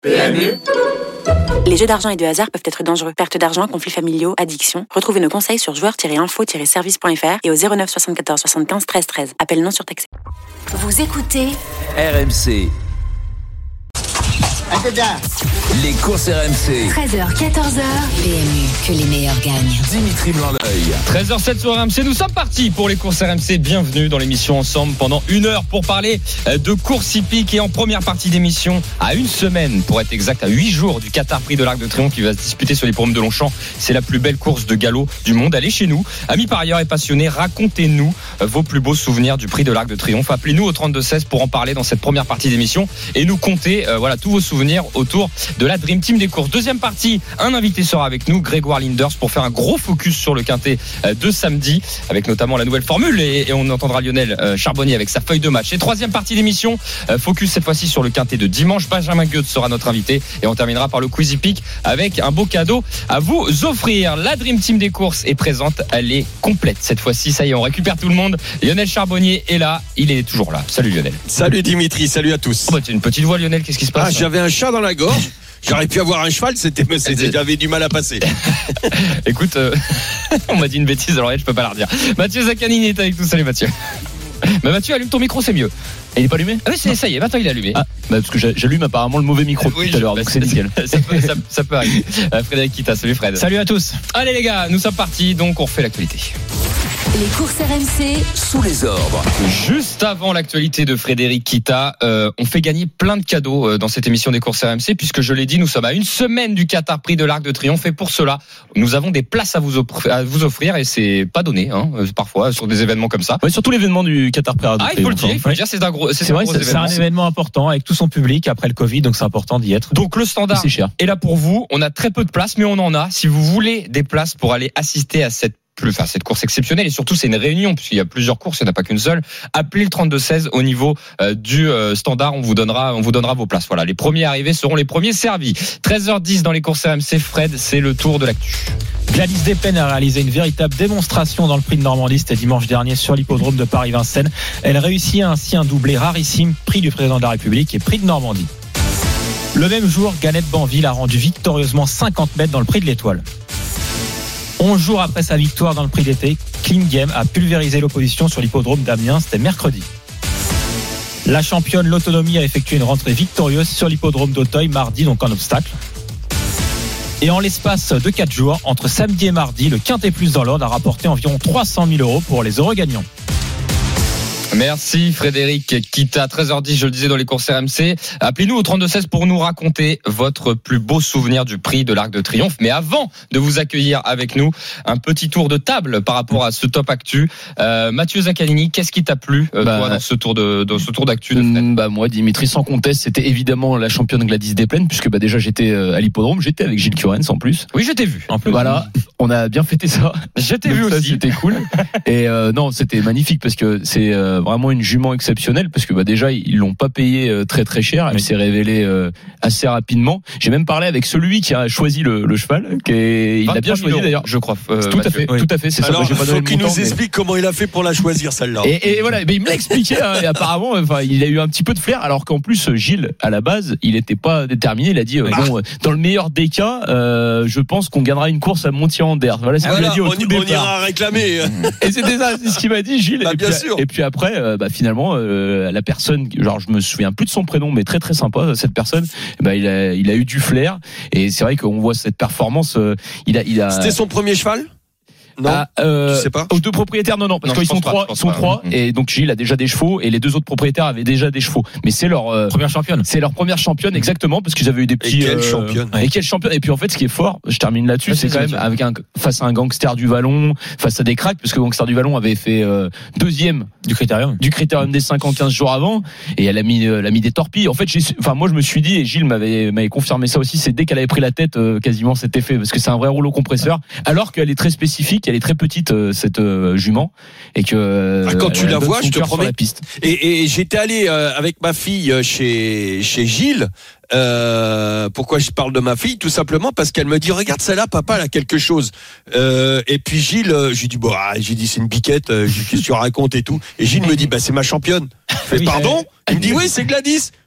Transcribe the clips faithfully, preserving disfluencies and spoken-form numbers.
P M U. Les jeux d'argent et de hasard peuvent être dangereux. Perte d'argent, conflits familiaux, addiction. Retrouvez nos conseils sur joueurs tiret info tiret service point f r et au zéro neuf soixante-quatorze soixante-quinze treize treize. Appel non surtaxé. Vous écoutez R M C. Les courses R M C. treize heures quatorze heures. P M U, que les meilleurs gagnent. Dimitri Blanc-L'œil. treize heures sept sur R M C, nous sommes partis pour les courses R M C. Bienvenue dans l'émission ensemble pendant une heure pour parler de courses hippiques. Et en première partie d'émission, à une semaine, pour être exact, à huit jours du Qatar Prix de l'Arc de Triomphe qui va se disputer sur l'hippodrome de Longchamp. C'est la plus belle course de galop du monde. Allez chez nous, amis parieurs et passionnés, racontez-nous vos plus beaux souvenirs du Prix de l'Arc de Triomphe. Appelez-nous au trente-deux seize pour en parler dans cette première partie d'émission et nous compter euh, voilà, tous vos souvenirs autour de la Dream Team des courses. Deuxième partie, un invité sera avec nous, Grégoire Linders, pour faire un gros focus sur le quintet de samedi, avec notamment la nouvelle formule, et, et on entendra Lionel euh, Charbonnier avec sa feuille de match. Et troisième partie d'émission, euh, focus cette fois-ci sur le quintet de dimanche. Benjamin Goethe sera notre invité et on terminera par le quiz hippique avec un beau cadeau à vous offrir. La Dream Team des courses est présente, elle est complète cette fois-ci, ça y est, on récupère tout le monde. Lionel Charbonnier est là, il est toujours là. Salut Lionel. Salut Dimitri, salut à tous. Oh bah, tu as une petite voix Lionel, qu'est-ce qui se passe? Ah, j'avais un chat dans la gorge. J'aurais pu avoir un cheval, c'était, c'était, j'avais du mal à passer. Écoute, euh, on m'a dit une bêtise, alors je peux pas la redire. Mathieu Zaccanini est avec nous. Salut Mathieu. Bah Mathieu, allume ton micro, c'est mieux. Et il est pas allumé? Ah oui, c'est, ça y est, maintenant il est allumé. Ah, bah parce que j'allume apparemment le mauvais micro oui, tout à l'heure, donc c'est nickel. Ça peut, ça, ça peut arriver. Euh, Frédéric Kita, salut Fred. Salut à tous. Allez les gars, nous sommes partis, donc on refait l'actualité. Les courses R M C Sous les ordres. Juste avant l'actualité de Frédéric Kita, euh, on fait gagner plein de cadeaux euh, dans cette émission des courses R M C, puisque je l'ai dit, nous sommes à une semaine du Qatar Prix de l'Arc de Triomphe, et pour cela, nous avons des places à vous offrir, à vous offrir et c'est pas donné, hein, parfois sur des événements comme ça. Ouais, surtout l'événement du Qatar Prix de Ah, il faut le dire, il faut le dire, c'est un gros, c'est, c'est un vrai, gros c'est, événement. c'est un événement important avec tout son public après le Covid, donc c'est important d'y être. Donc le standard c'est cher. est là pour vous. On a très peu de places, mais on en a. Si vous voulez des places pour aller assister à cette plus, enfin, cette course exceptionnelle, et surtout c'est une réunion puisqu'il y a plusieurs courses, il n'y en a pas qu'une seule. Appelez le trente-deux seize au niveau euh, du euh, standard, on vous donnera, on vous donnera vos places. Voilà, les premiers arrivés seront les premiers servis. treize heures dix dans les courses R M C. Fred, c'est le tour de l'actu. Gladys Despennes a réalisé une véritable démonstration dans le Prix de Normandie, c'était dimanche dernier sur l'hippodrome de Paris-Vincennes. Elle réussit ainsi un doublé rarissime, Prix du Président de la République et Prix de Normandie. Le même jour, Ganette Banville a rendu victorieusement cinquante mètres dans le Prix de l'Étoile. onze jours après sa victoire dans le Prix d'été, Clean Game a pulvérisé l'opposition sur l'hippodrome d'Amiens, c'était mercredi. La championne L'Autonomie a effectué une rentrée victorieuse sur l'hippodrome d'Auteuil mardi, donc en obstacle. Et en l'espace de quatre jours, entre samedi et mardi, le Quintet Plus dans l'ordre a rapporté environ trois cent mille euros pour les heureux gagnants. Merci Frédéric Kita. treize heures dix, je le disais dans les courses R M C. Appelez-nous au trente-deux seize pour nous raconter votre plus beau souvenir du Prix de l'Arc de Triomphe. Mais avant de vous accueillir avec nous, un petit tour de table par rapport à ce top actu. Euh, Mathieu Zaccanini, qu'est-ce qui t'a plu euh, bah, toi, dans ce tour de dans ce tour d'actu de Fred? Bah moi, Dimitri, sans conteste, c'était évidemment la championne Gladys Despennes, puisque bah déjà j'étais à l'hippodrome, j'étais avec Gilles Curens en plus. Oui, je t'ai vu. En plus, voilà, on a bien fêté ça. Je t'ai donc vu ça, aussi. C'était cool. Et euh, non, c'était magnifique parce que c'est euh, vraiment une jument exceptionnelle, parce que bah déjà ils l'ont pas payé euh, très très cher. Elle oui. s'est révélée euh, assez rapidement. J'ai même parlé avec celui qui a choisi le, le cheval, qui est, il l'a bien choisi d'ailleurs. Je crois. Euh, tout à fait, oui. tout à fait. C'est Alors, ça. Il faut qu'il nous mais... explique comment il a fait pour la choisir celle-là. Et, et voilà, mais il me l'a expliqué. Hein, et apparemment, enfin, il a eu un petit peu de flair, alors qu'en plus Gilles, à la base, il n'était pas déterminé. Il a dit euh, bah. bon, dans le meilleur des cas, euh, je pense qu'on gagnera une course à Montier-en-Der. Voilà ce qu'il voilà, a dit au on, tout on départ. On ira réclamer. Et c'était ça, c'est ce qu'il m'a dit, Gilles. Bah, et, bien puis, sûr. et puis après, euh, bah, finalement, euh, la personne, genre je me souviens plus de son prénom, mais très très sympa cette personne. Bah, il a, il a eu du flair. Et c'est vrai qu'on voit cette performance. Euh, il a, il a. C'était son premier cheval? Non, ah, euh, tu sais pas. Aux deux propriétaires, non, non, parce qu'ils sont trois, ils sont trois, et donc Gilles a déjà des chevaux, et les deux autres propriétaires avaient déjà des chevaux. Mais c'est leur euh, première championne. C'est leur première championne, exactement, parce qu'ils avaient eu des petits. Et quelle euh, championne. Et quelle championne. Et puis en fait, ce qui est fort, je termine là-dessus, ouais, c'est, c'est quand même avec un face à un Gangster du Vallon, face à des cracks, parce que Gangster du Vallon avait fait euh, deuxième du critérium, du critérium des cinq ans quinze jours avant, et elle a mis, euh, elle a mis des torpilles. En fait, j'ai, enfin moi je me suis dit, et Gilles m'avait, m'avait confirmé ça aussi, c'est dès qu'elle avait pris la tête, euh, quasiment c'était fait, parce que c'est un vrai rouleau compresseur, alors qu'elle est très spécifique, elle est très petite. Euh, cette euh, jument et que euh, ah, quand tu la vois, je te promets. La piste. Et, et j'étais allé euh, avec ma fille chez chez Gilles. Euh, pourquoi je parle de ma fille? Tout simplement parce qu'elle me dit regarde celle-là, papa, elle a quelque chose. Euh, et puis Gilles, euh, j'ai dit bon, ah, j'ai dit c'est une biquette. Euh, qu'est-ce que tu racontes et tout. Et Gilles me dit bah c'est ma championne. Je fais, pardon? Il me dit oui, c'est Gladys.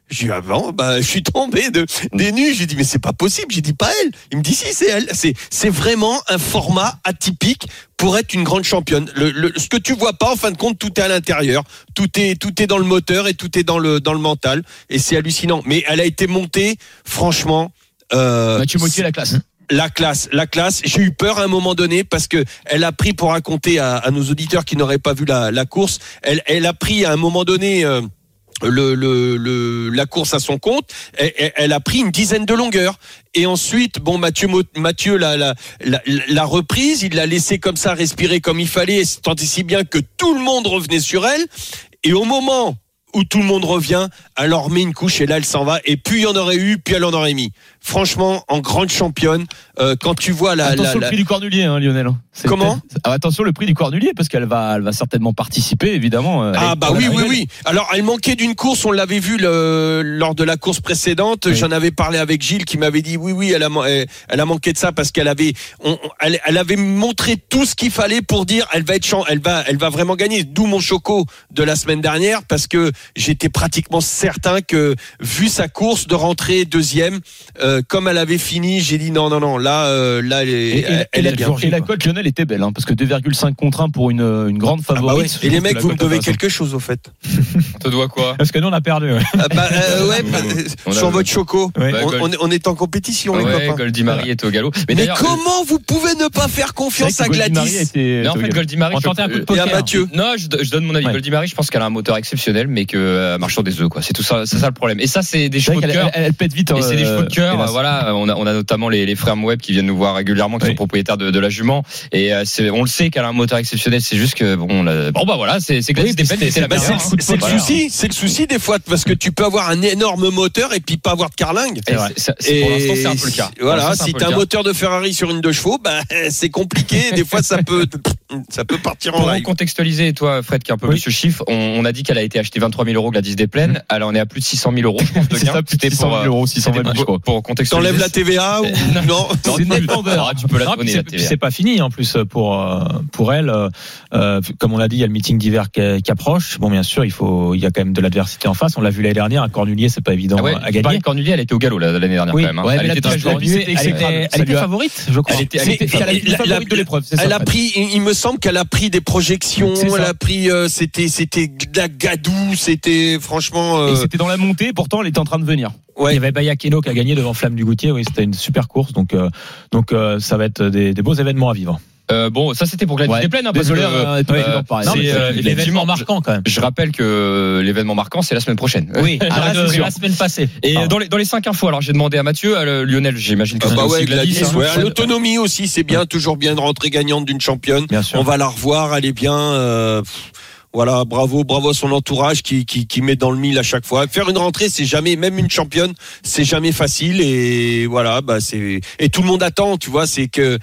Je dis, ah bon, bah, je suis tombé de, des nues. J'ai dit, mais c'est pas possible. J'ai dit, pas elle. Il me dit, si, c'est elle. C'est, c'est vraiment un format atypique pour être une grande championne. Le, le, ce que tu vois pas, en fin de compte, tout est à l'intérieur. Tout est, tout est dans le moteur et tout est dans le, dans le mental. Et c'est hallucinant. Mais elle a été montée, franchement, euh, Mathieu Mottier, la classe. La classe, la classe. J'ai eu peur à un moment donné parce que elle a pris, pour raconter à, à nos auditeurs qui n'auraient pas vu la, la course, elle, elle a pris à un moment donné, euh, Le, le, le, la course à son compte, elle, elle a pris une dizaine de longueurs. Et ensuite, bon, Mathieu, Mathieu l'a, la, la, la reprise, il l'a laissé comme ça respirer comme il fallait, tant et si bien que tout le monde revenait sur elle. Et au moment où tout le monde revient, elle leur met une couche et là elle s'en va. Et plus il y en aurait eu, plus elle en aurait mis. Franchement, en grande championne, euh, quand tu vois la... Attention la, la... le prix du Cornulier, hein, Lionel. C'est Comment ah, attention le prix du Cornulier, parce qu'elle va, elle va certainement participer, évidemment. Ah bah oui, oui, oui. Alors, elle manquait d'une course, on l'avait vu le, lors de la course précédente. Oui. J'en avais parlé avec Gilles qui m'avait dit oui, oui, elle a, elle, elle a manqué de ça parce qu'elle avait, on, elle, elle avait montré tout ce qu'il fallait pour dire elle va être, elle va, elle va vraiment gagner. D'où mon choco de la semaine dernière, parce que j'étais pratiquement certain que, vu sa course, de rentrer deuxième, euh, comme elle avait fini, j'ai dit non, non, non, là, euh, là, elle, et, elle, elle est bien. Et la cote Lionel était belle, hein, parce que deux virgule cinq contre un pour une, une grande favorite. Ah bah ouais. Et les mecs, vous me devez quelque chose, au fait. On te doit quoi? Parce que nous, on a perdu. Ouais. Ah bah, euh, ouais, bah, on sur a... votre choco. Ouais. Bah, on, Gold... on est en compétition, ouais, les copains. Goldie Marie est au galop. Mais, Mais comment euh... vous pouvez ne pas faire confiance à Gladys? Était... Non, en fait, Goldie Marie, on tentait un coup de poker. Et à Mathieu. Non, je, je donne mon avis. Ouais. Goldie Marie, je pense qu'elle a un moteur exceptionnel, mais qu'elle euh, marche sur des œufs, quoi. C'est tout ça, c'est ça le problème. Et ça, c'est des chevaux de cœur. Elle, elle, elle pète vite. Et euh, c'est des chevaux de cœur. Euh, voilà, on a, on a notamment les, les frères Moueb qui viennent nous voir régulièrement, qui oui. sont propriétaires de, de la jument. Et euh, c'est, on le sait qu'elle a un moteur exceptionnel. C'est juste que bon, la... bon bah voilà, c'est, c'est Gladys oui, Despentes, c'est la bah, meilleure. C'est, c'est, c'est le souci, c'est le souci des fois, parce que tu peux avoir un énorme moteur et puis pas avoir de carlingue. Et c'est, c'est, pour l'instant, c'est un peu le cas. Voilà, si t'as un moteur de Ferrari sur une deux chevaux, bah c'est compliqué. Des fois, ça peut, ça peut partir en live. Pour contextualiser, toi, Fred, qui est un peu monsieur chiffre, on, on a dit qu'elle a été achetée vingt-trois mille euros Gladys Despentes. Elle en est à plus de six cent mille euros. C'est ça, plus de six cent mille euros, six cent vingt mille, je crois. Pour contextualiser. T'enlèves la T V A ou non? C'est net vendeur. Tu peux la donner, la T V A. C'est pas fini, en plus, pour, pour elle. Euh, comme on l'a dit, il y a le meeting d'hiver qui, qui approche. Bon, bien sûr, il faut, il y a quand même de l'adversité en face. On l'a vu l'année dernière. Un Cornulier, c'est pas évident ah ouais, à gagner. Cornulier, elle était au galop l'année dernière, oui. quand même. Hein. Ouais, elle, elle était Cornulier, elle était, elle était favorite, je crois. Elle était, elle était, elle a été favorite de l'épreuve. C'est elle ça, a pris, il me semble qu'elle a pris des projections. Elle a pris, euh, c'était, c'était de la gadou. C'était franchement. Euh... Et c'était dans la montée. Pourtant, elle était en train de venir. Ouais. Il y avait Bayakeno qui a gagné devant Flamme du Goutier. Oui, c'était une super course. Donc, euh, donc, euh, ça va être des, des beaux événements à vivre. Euh, bon, ça c'était pour Gladys ouais. Despentes, hein, parce Désolé, que euh, euh, non, c'est euh, l'événement marquant quand même. Je rappelle que l'événement marquant c'est la semaine prochaine. Oui, ah, c'est la semaine passée. Et ah. dans les dans les cinq infos, alors j'ai demandé à Mathieu, à le, Lionel, j'imagine que ah c'est bah aussi ouais, Gladys. Gladys Hein. ouais, l'autonomie aussi, c'est bien, toujours bien de rentrer gagnante d'une championne. Bien sûr. On va la revoir, elle est bien. Euh, Voilà, bravo, bravo à son entourage qui, qui, qui met dans le mille à chaque fois. Faire une rentrée, c'est jamais, même une championne, c'est jamais facile et voilà, bah c'est et tout le monde attend, tu vois, c'est que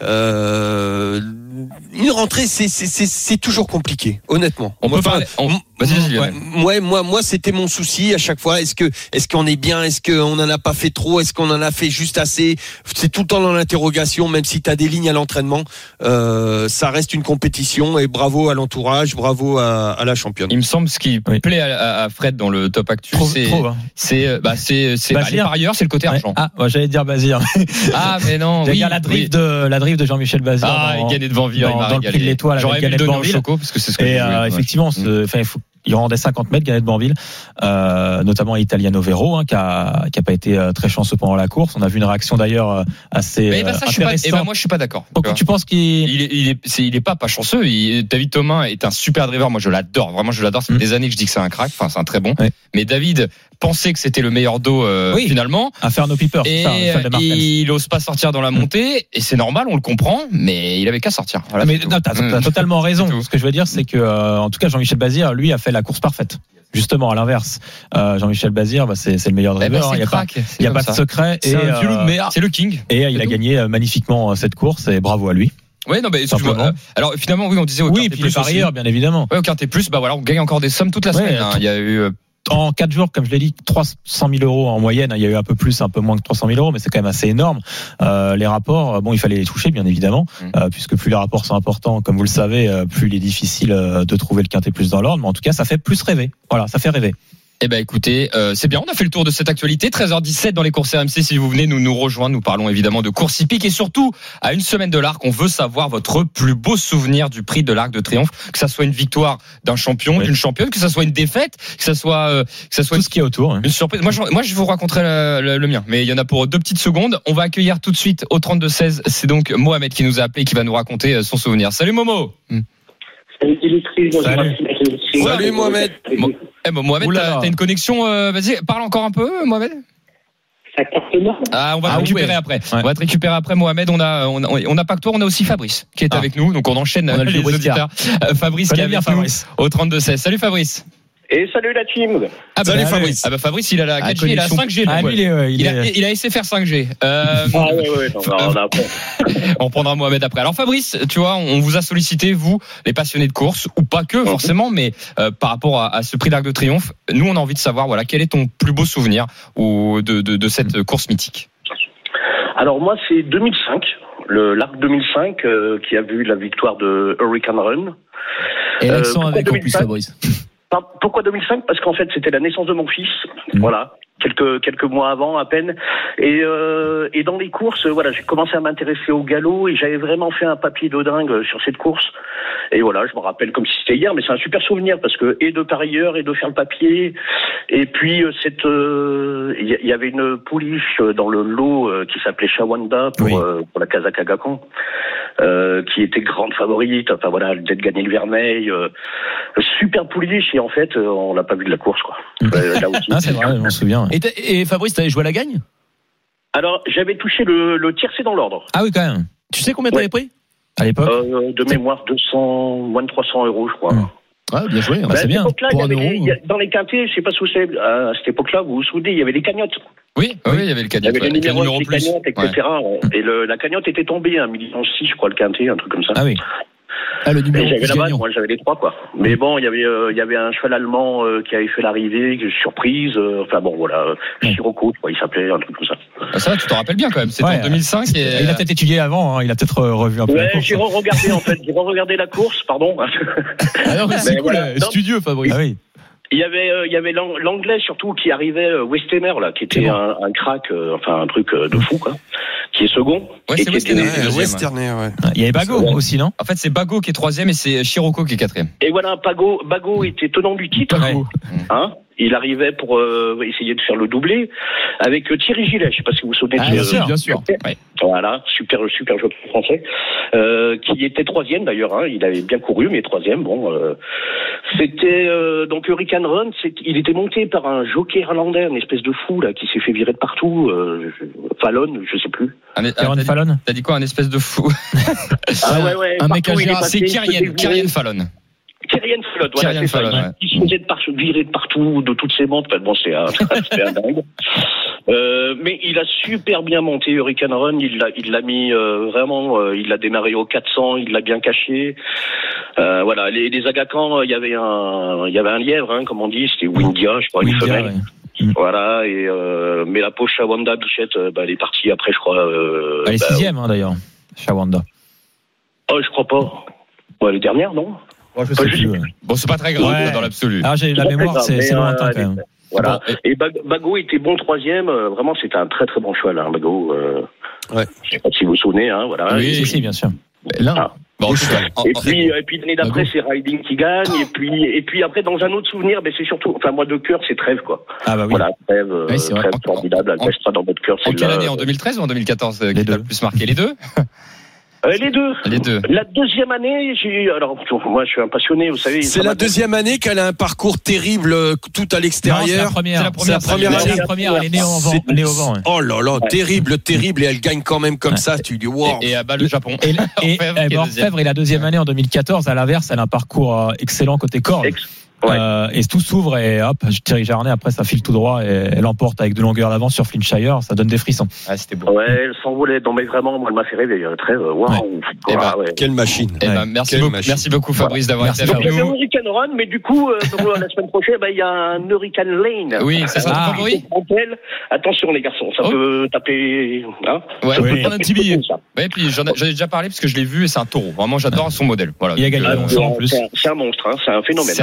euh, une rentrée, c'est c'est c'est, c'est toujours compliqué, honnêtement. On moi, peut parler. On... Vas-y, vas-y, ouais, moi, moi, moi, c'était mon souci à chaque fois. Est-ce que, est-ce qu'on est bien? Est-ce qu'on en a pas fait trop? Est-ce qu'on en a fait juste assez? C'est tout le temps dans l'interrogation, même si t'as des lignes à l'entraînement. Euh, ça reste une compétition et bravo à l'entourage, bravo à, à la championne. Il me semble ce qui oui. plaît à, à Fred dans le top actu, trop, c'est, trop, hein. c'est, bah, c'est, c'est, bah, les parieurs, c'est le côté argent. Ouais. Ah, moi, j'allais dire Bazir. Ah, mais non. J'allais oui, dire la drive oui. de, la drive de Jean-Michel Bazir. Ah, il gagnait devant Ville. Dans, dans le prix de l'étoile. J'aurais aimé le donner au Choco, parce que c'est ce que et, euh, effectivement, enfin, il faut il rendait cinquante mètres, Gaël Banville, euh, notamment Italiano Vero, hein, qui a, qui a pas été euh, très chanceux pendant la course. On a vu une réaction d'ailleurs euh, assez mais bah ça, intéressante. Je suis pas, bah moi, je suis pas d'accord. Donc, tu penses qu'il il est, il est, c'est, il est pas pas chanceux. Il, David Thomas est un super driver. Moi, je l'adore. Vraiment, je l'adore. Ça fait mmh. des années que je dis que c'est un crack. Enfin, c'est un très bon. Oui. Mais David pensait que c'était le meilleur dos euh, oui. finalement. Inferno Piper. Et ça, il ose pas sortir dans la montée. Et c'est normal, on le comprend. Mais il avait qu'à sortir. Voilà, mais non, t'as, t'as totalement raison. Ce que je veux dire, c'est que, euh, en tout cas, Jean-Michel Bazir, lui, a fait la course parfaite. Justement, à l'inverse, euh, Jean-Michel Bazir, bah, c'est, c'est le meilleur driver. Il n'y a pas, il y a pas de secret. C'est, et, euh, mais, c'est le king. Et il a gagné magnifiquement cette course et bravo à lui. Oui, non, mais euh, alors finalement, oui, on disait au oui, et puis les parieurs, bien évidemment. Oui, au quinté plus, bah voilà, on gagne encore des sommes toute la semaine. Ouais, hein. Il y a eu. Euh, En quatre jours, comme je l'ai dit, trois cent mille euros en moyenne. Il y a eu un peu plus, un peu moins que trois cent mille euros, mais c'est quand même assez énorme. Euh, les rapports, bon, il fallait les toucher, bien évidemment, mmh. euh, puisque plus les rapports sont importants, comme vous le savez, plus il est difficile de trouver le quinté plus dans l'ordre. Mais en tout cas, ça fait plus rêver. Voilà, ça fait rêver. Eh ben écoutez, euh, c'est bien, on a fait le tour de cette actualité. treize heures dix-sept dans les courses R M C. Si vous venez nous nous rejoindre, nous parlons évidemment de course hippique et surtout à une semaine de l'Arc, on veut savoir votre plus beau souvenir du prix de l'Arc de Triomphe, que ça soit une victoire d'un champion, oui. d'une championne, que ça soit une défaite, que ça soit euh, que ça soit tout une, ce qui est autour. Hein. Une surprise. Moi, je, moi, je vous raconterai le, le, le mien, mais il y en a pour deux petites secondes. On va accueillir tout de suite au trente-deux seize. C'est donc Mohamed qui nous a appelé et qui va nous raconter son souvenir. Salut Momo. Salut Dimitri. Salut. Salut Mohamed. Mo- eh ben, Mohamed, t'as, t'as une connexion. Euh, vas-y, parle encore un peu, Mohamed. Ça capte mal. Ah, on va ah, te récupérer ouais. après. Ouais. On va te récupérer après, Mohamed. On a, on a, on a pas que toi, on a aussi Fabrice qui est ah. avec nous. Donc on enchaîne on a les auditeurs. Euh, Fabrice qui est avec nous au trente-deux seize. Salut Fabrice. Et salut la team. Ah bah, Salut ah, Fabrice. Ah bah Fabrice, il a la ah, quatre G, il a cinq G. Ah, donc, lui, il, est, euh, il, il, est... a, il a S F R cinq G. Euh, ah ouais ouais. Non, on, a on prendra Mohamed après. Alors Fabrice, tu vois, on vous a sollicité, vous, les passionnés de course, ou pas que forcément, mais euh, par rapport à, à ce prix d'Arc de Triomphe, nous on a envie de savoir, voilà, quel est ton plus beau souvenir ou de, de, de cette course mythique. Alors moi c'est deux mille cinq, le l'Arc deux mille cinq euh, qui a vu la victoire de Hurricane Run. Et l'accent euh, avec en plus Fabrice. Pourquoi deux mille cinq ? Parce qu'en fait, c'était la naissance de mon fils. Mmh. Voilà. Quelques, quelques mois avant, à peine. Et, euh, et dans les courses, voilà, j'ai commencé à m'intéresser au galop et j'avais vraiment fait un papier de dingue sur cette course. Et voilà, je me rappelle comme si c'était hier, mais c'est un super souvenir parce que, et de parieur, et de faire le papier. Et puis, cette, euh, il y, y avait une pouliche dans le lot euh, qui s'appelait Shawanda pour, oui. euh, pour la Kazakh Agacan, euh, qui était grande favorite. Enfin voilà, elle devait gagner le Vermeil. Euh, super pouliche et en fait, euh, on l'a pas vu de la course, quoi. Euh, là aussi. Ah, c'est vrai, je m'en souviens. Et, et Fabrice, t'avais joué à la gagne ? Alors, j'avais touché le, le tiercé dans l'ordre. Ah oui, quand même. Tu sais combien t'avais pris à l'époque euh, De mémoire, deux cents, moins de trois cents euros, je crois. Mmh. Ouais, bien joué. Bah, bah, c'est bien. Pour un euro, les, a, dans les quintés, je sais pas si vous savez, à cette époque-là, vous vous souvenez, il y avait les cagnottes. Oui, oui, il y avait le cagnotte. Il y avait les numéros, numéro les plus. cagnottes, et cetera. Ouais. Et le, la cagnotte était tombée à un million six, je crois, le quinté, un truc comme ça. Ah oui. Ah, le numéro j'avais la gagnant. Moi, j'avais les trois, quoi. Mais bon, il y avait, euh, il y avait un cheval allemand euh, qui avait fait l'arrivée, surprise. Euh, enfin bon, voilà, Sirocco, quoi, il s'appelait, un truc comme ça. Ah, ça, tu t'en rappelles bien quand même. C'était ouais, en deux mille cinq. Et... Il a peut-être étudié avant. Hein, il a peut-être revu un peu. Ouais, la course, j'ai re-regardé en fait. J'ai re-regardé la course, pardon. Ah non, mais c'est mais cool, voilà. Studieux, Fabrice. Ah oui. Il y avait, euh, il y avait l'anglais surtout qui arrivait, euh, Westenner là, qui était bon. un, un crack, euh, enfin un truc euh, de fou quoi, qui est second. Ouais, c'est Westenner. Ouais, Westenner, ouais. Il y avait Bago ouais. aussi, non ? En fait, c'est Bago qui est troisième et c'est Sirocco qui est quatrième. Et voilà, Bago, Bago était tenant du titre. Ouais. Hein ? Il arrivait pour euh, essayer de faire le doublé avec euh, Thierry Gillet. Je sais pas si vous vous souvenez. Ah, de bien sûr, bien sûr. Ouais. Voilà, super, super joueur français, euh, qui était troisième d'ailleurs. Hein, il avait bien couru, mais troisième. Bon, euh, c'était euh, donc Hurricane Run. C'est, il était monté par un jockey irlandais, une espèce de fou là, qui s'est fait virer de partout. Euh, Fallon, je sais plus. Un, un, t'as, Fallon. Dit, t'as dit quoi, un espèce de fou? Ah ouais, ouais. Un mec à Gérard, c'est Kyrien, Kyrien Fallon. Kyrien Fallon, voilà, c'est Fallon, ça. Ouais. Il se faisait de par, virer de partout, de toutes ses montres. Enfin, bon, c'est un, c'est un dingue. Euh, mais il a super bien monté Hurricane Run. Il l'a, il l'a mis euh, vraiment. Euh, il l'a démarré au quatre cents. Il l'a bien caché. Euh, voilà. Les, les Agacans, il y avait un, il y avait un lièvre, hein, comme on dit. C'était Windia, je crois, une femelle. Ouais. Voilà. Et euh, mais la pauvre Shawanda Bichette, euh, bah, elle est partie après, je crois. Euh, elle est bah, sixième, hein, d'ailleurs. Shawanda. Oh, je crois pas. Ouais, elle est dernière, non? Ouais, je sais plus, ouais. Bon, c'est pas très grave ouais. dans l'absolu. Ah, j'ai la mémoire, c'est, c'est lointain euh, quand même. Voilà. Bon, et Bago était bon troisième. Euh, vraiment, c'était un très très bon cheval, hein, Bago. Euh, ouais. Je sais pas si vous vous souvenez, hein, voilà. Oui, et, si, bien sûr. Là. Ah. Bon, et, et puis, et puis l'année d'après, c'est Riding qui gagne. Et puis, et puis après, dans un autre souvenir, ben c'est surtout, enfin moi de cœur, c'est Trèves, quoi. Ah bah oui. Voilà, Trèves, oui, c'est Trèves formidable. Elle restera dans votre cœur. En quelle année, en deux mille treize ou en deux mille quatorze, qui t'a le plus marqué, les deux? Euh, les deux. Les deux. La deuxième année, j'ai alors moi je suis un passionné, vous savez. C'est la deuxième année qu'elle a un parcours terrible, tout à l'extérieur. Non, c'est la première. C'est la première, c'est la première année. C'est la première. Elle est née au vent. C'est... Née au vent. Ouais. Oh là là, ouais. terrible, terrible, et elle gagne quand même comme ouais. ça. Tu dis wow. Et, et à bas le Japon. Et, et, et Orfèvre est la deuxième année en deux mille quatorze. À l'inverse, elle a un parcours excellent côté corde. Ex- Ouais. Euh, et tout s'ouvre et hop, Thierry Jarnet après ça file tout droit et elle emporte avec de longueur d'avance sur Flintshire, ça donne des frissons. Ah, c'était beau. Ouais, elle s'envolait. Non mais vraiment, moi elle m'a fait rêver. Très waouh. Ouais. Oh, bah, ouais. Quelle machine. Eh ben, merci, beaucoup, machine. merci beaucoup Fabrice voilà. d'avoir merci été avec nous. Donc, Hurricane Run, mais du coup euh, la semaine prochaine, bah, il y a un Hurricane Lane. Oui, c'est ça ton ah. favori. Attention les garçons, ça oh. peut taper. Hein ouais, ça oui. peut prendre un petit billet. Ouais, puis j'en, j'en ai déjà parlé parce que je l'ai vu et c'est un taureau. Vraiment, j'adore son modèle. Voilà. Il a gagné la Monceau en plus. C'est un monstre, hein, c'est un phénomène. C'est un vrai monstre.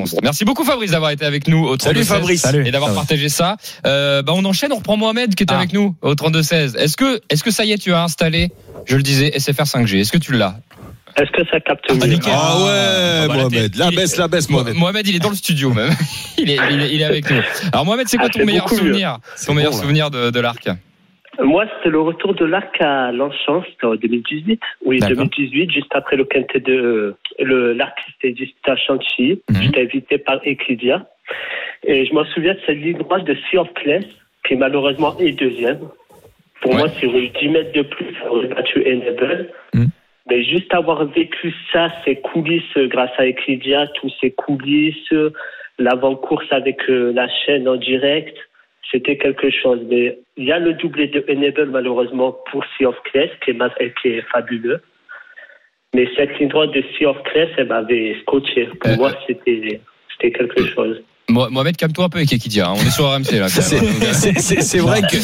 course. Merci beaucoup Fabrice d'avoir été avec nous au Salut trente-deux seize Fabrice. Salut. et d'avoir partagé ça. Euh, bah on enchaîne, on reprend Mohamed qui était Ah. avec nous au trente-deux seize. Est-ce que, est-ce que ça y est, tu as installé, je le disais, S F R cinq G? Est-ce que tu l'as? Est-ce que ça capte Ah, mieux? nickel. Ah ouais, Ah, bah, là, Mohamed. t'es- La il- baisse, la baisse, Mo- Mohamed. Mohamed, il est dans le studio même. il, est, il, est, il est avec nous. Alors Mohamed, c'est quoi Ah, ton c'est meilleur beaucoup mieux. souvenir Ton meilleur bon, là. souvenir de, de l'arc? Moi, c'était le retour de l'arc à Longchamp, c'était en deux mille dix-huit. Oui, D'accord. deux mille dix-huit, juste après le quintet de le l'arc, c'était juste à Chantilly. Mhm. J'étais invité par Equidia. Et je m'en souviens de cette ligne droite de Sea of Clay, qui malheureusement est deuxième. Pour Ouais. moi, s'il y aurait eu dix mètres de plus, ça aurait battu Enable. Mhm. Mais juste avoir vécu ça, ces coulisses grâce à Equidia, tous ces coulisses, l'avant-course avec euh, la chaîne en direct, c'était quelque chose. Mais il y a le doublé de Enable, malheureusement, pour Sea of Clay, qui est, ma- qui est fabuleux. Mais cette ligne droite de Sea of Clay, elle m'avait scotché. Pour Euh, moi, c'était, c'était quelque chose. Mo- Mohamed, calme-toi un peu avec Equidia. hein. On est sur R M C là. quand C'est, même. c'est, c'est, c'est vrai que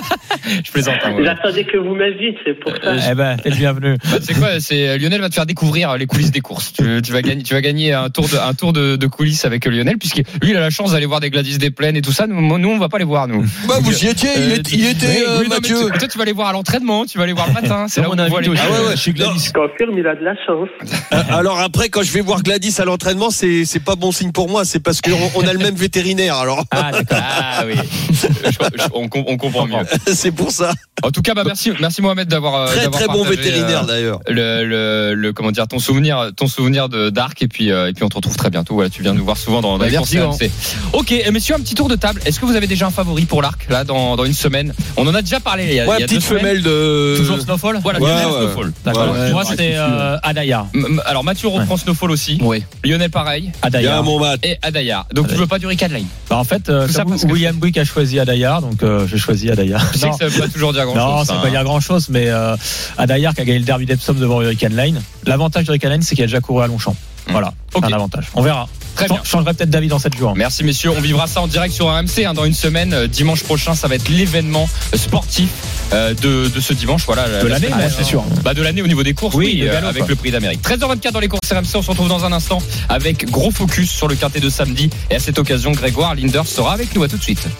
Je plaisante. hein, Mohamed. J'attendais que vous m'invitez, c'est pour ça. Eh ben, t'es le bienvenu. Bah, tu sais quoi, c'est Lionel va te faire découvrir les coulisses des courses. Tu, tu vas gagner, tu vas gagner un tour de, un tour de, de coulisses avec Lionel, puisque lui il a la chance d'aller voir des Gladys des Plaines et tout ça. Nous, nous on va pas les voir nous. bah, Donc, vous y étiez, il, euh, est- il était, oui, euh, oui, non, mais Mathieu. tu- Peut-être tu vas les voir à l'entraînement, tu vas les voir le matin. C'est là où on voit les. aussi. Ah ouais, ouais. Chez Gladys. Je confirme, il a de la chance. Euh, Alors après, quand je vais voir Gladys à l'entraînement, c'est, c'est pas bon signe pour moi. C'est parce qu'on on a le même vétérinaire. Alors, Ah d'accord. Ah oui. Je- je- on, com- on comprend mieux. c'est pour ça. En tout cas, bah merci, merci Mohamed d'avoir euh, Très, d'avoir très bon partagé, vétérinaire euh, d'ailleurs. le, le, le comment dire ton souvenir ton souvenir de d'Arc et puis euh, et puis on te retrouve très bientôt. Voilà, tu viens nous voir souvent dans, dans Bah, les merci, courses R M C. Ok, et messieurs, un petit tour de table. Est-ce que vous avez déjà un favori pour l'Arc là dans, dans une semaine? On en a déjà parlé il y a, Ouais, il y a deux petite semaines. femelle de. Toujours Snowfall. Voilà, Ouais, Lionel ouais. Snowfall. D'accord. Ouais, Moi, ouais, c'était c'est euh, Adaya. M- m- Alors Mathieu reprend Snowfall aussi. Oui. Lionel pareil. Il y a Adaya. un bon match. Et Adaya. Donc tu Adaya. veux pas du Ricard Line? Bah, en fait, euh, Tout ça comme parce que- William Buick a choisi Adaya, donc euh, j'ai choisi Adaya. Je sais Non. que ça veut pas toujours dire grand Non, chose. c'est pas dire grand chose, mais euh, Adayar qui a gagné le derby d'Epsom devant Hurricane Line. L'avantage de Hurricane Line, c'est qu'il a déjà couru à Longchamp. Voilà, Ok. c'est un avantage. On verra. Très Je bien. changerai peut-être d'avis dans sept jours. Merci messieurs, on vivra ça en direct sur R M C hein, dans une semaine. Euh, Dimanche prochain, ça va être l'événement euh, sportif euh, de, de ce dimanche. Voilà, la- De la l'année, semaine, ouais, hein. c'est sûr. Bah, de l'année au niveau des courses, Oui, oui, le euh, galop, avec quoi. le prix d'Amérique. treize heures vingt-quatre dans les courses R M C, on se retrouve dans un instant avec gros focus sur le quintet de samedi. Et à cette occasion, Grégoire Linders sera avec nous. À tout de suite.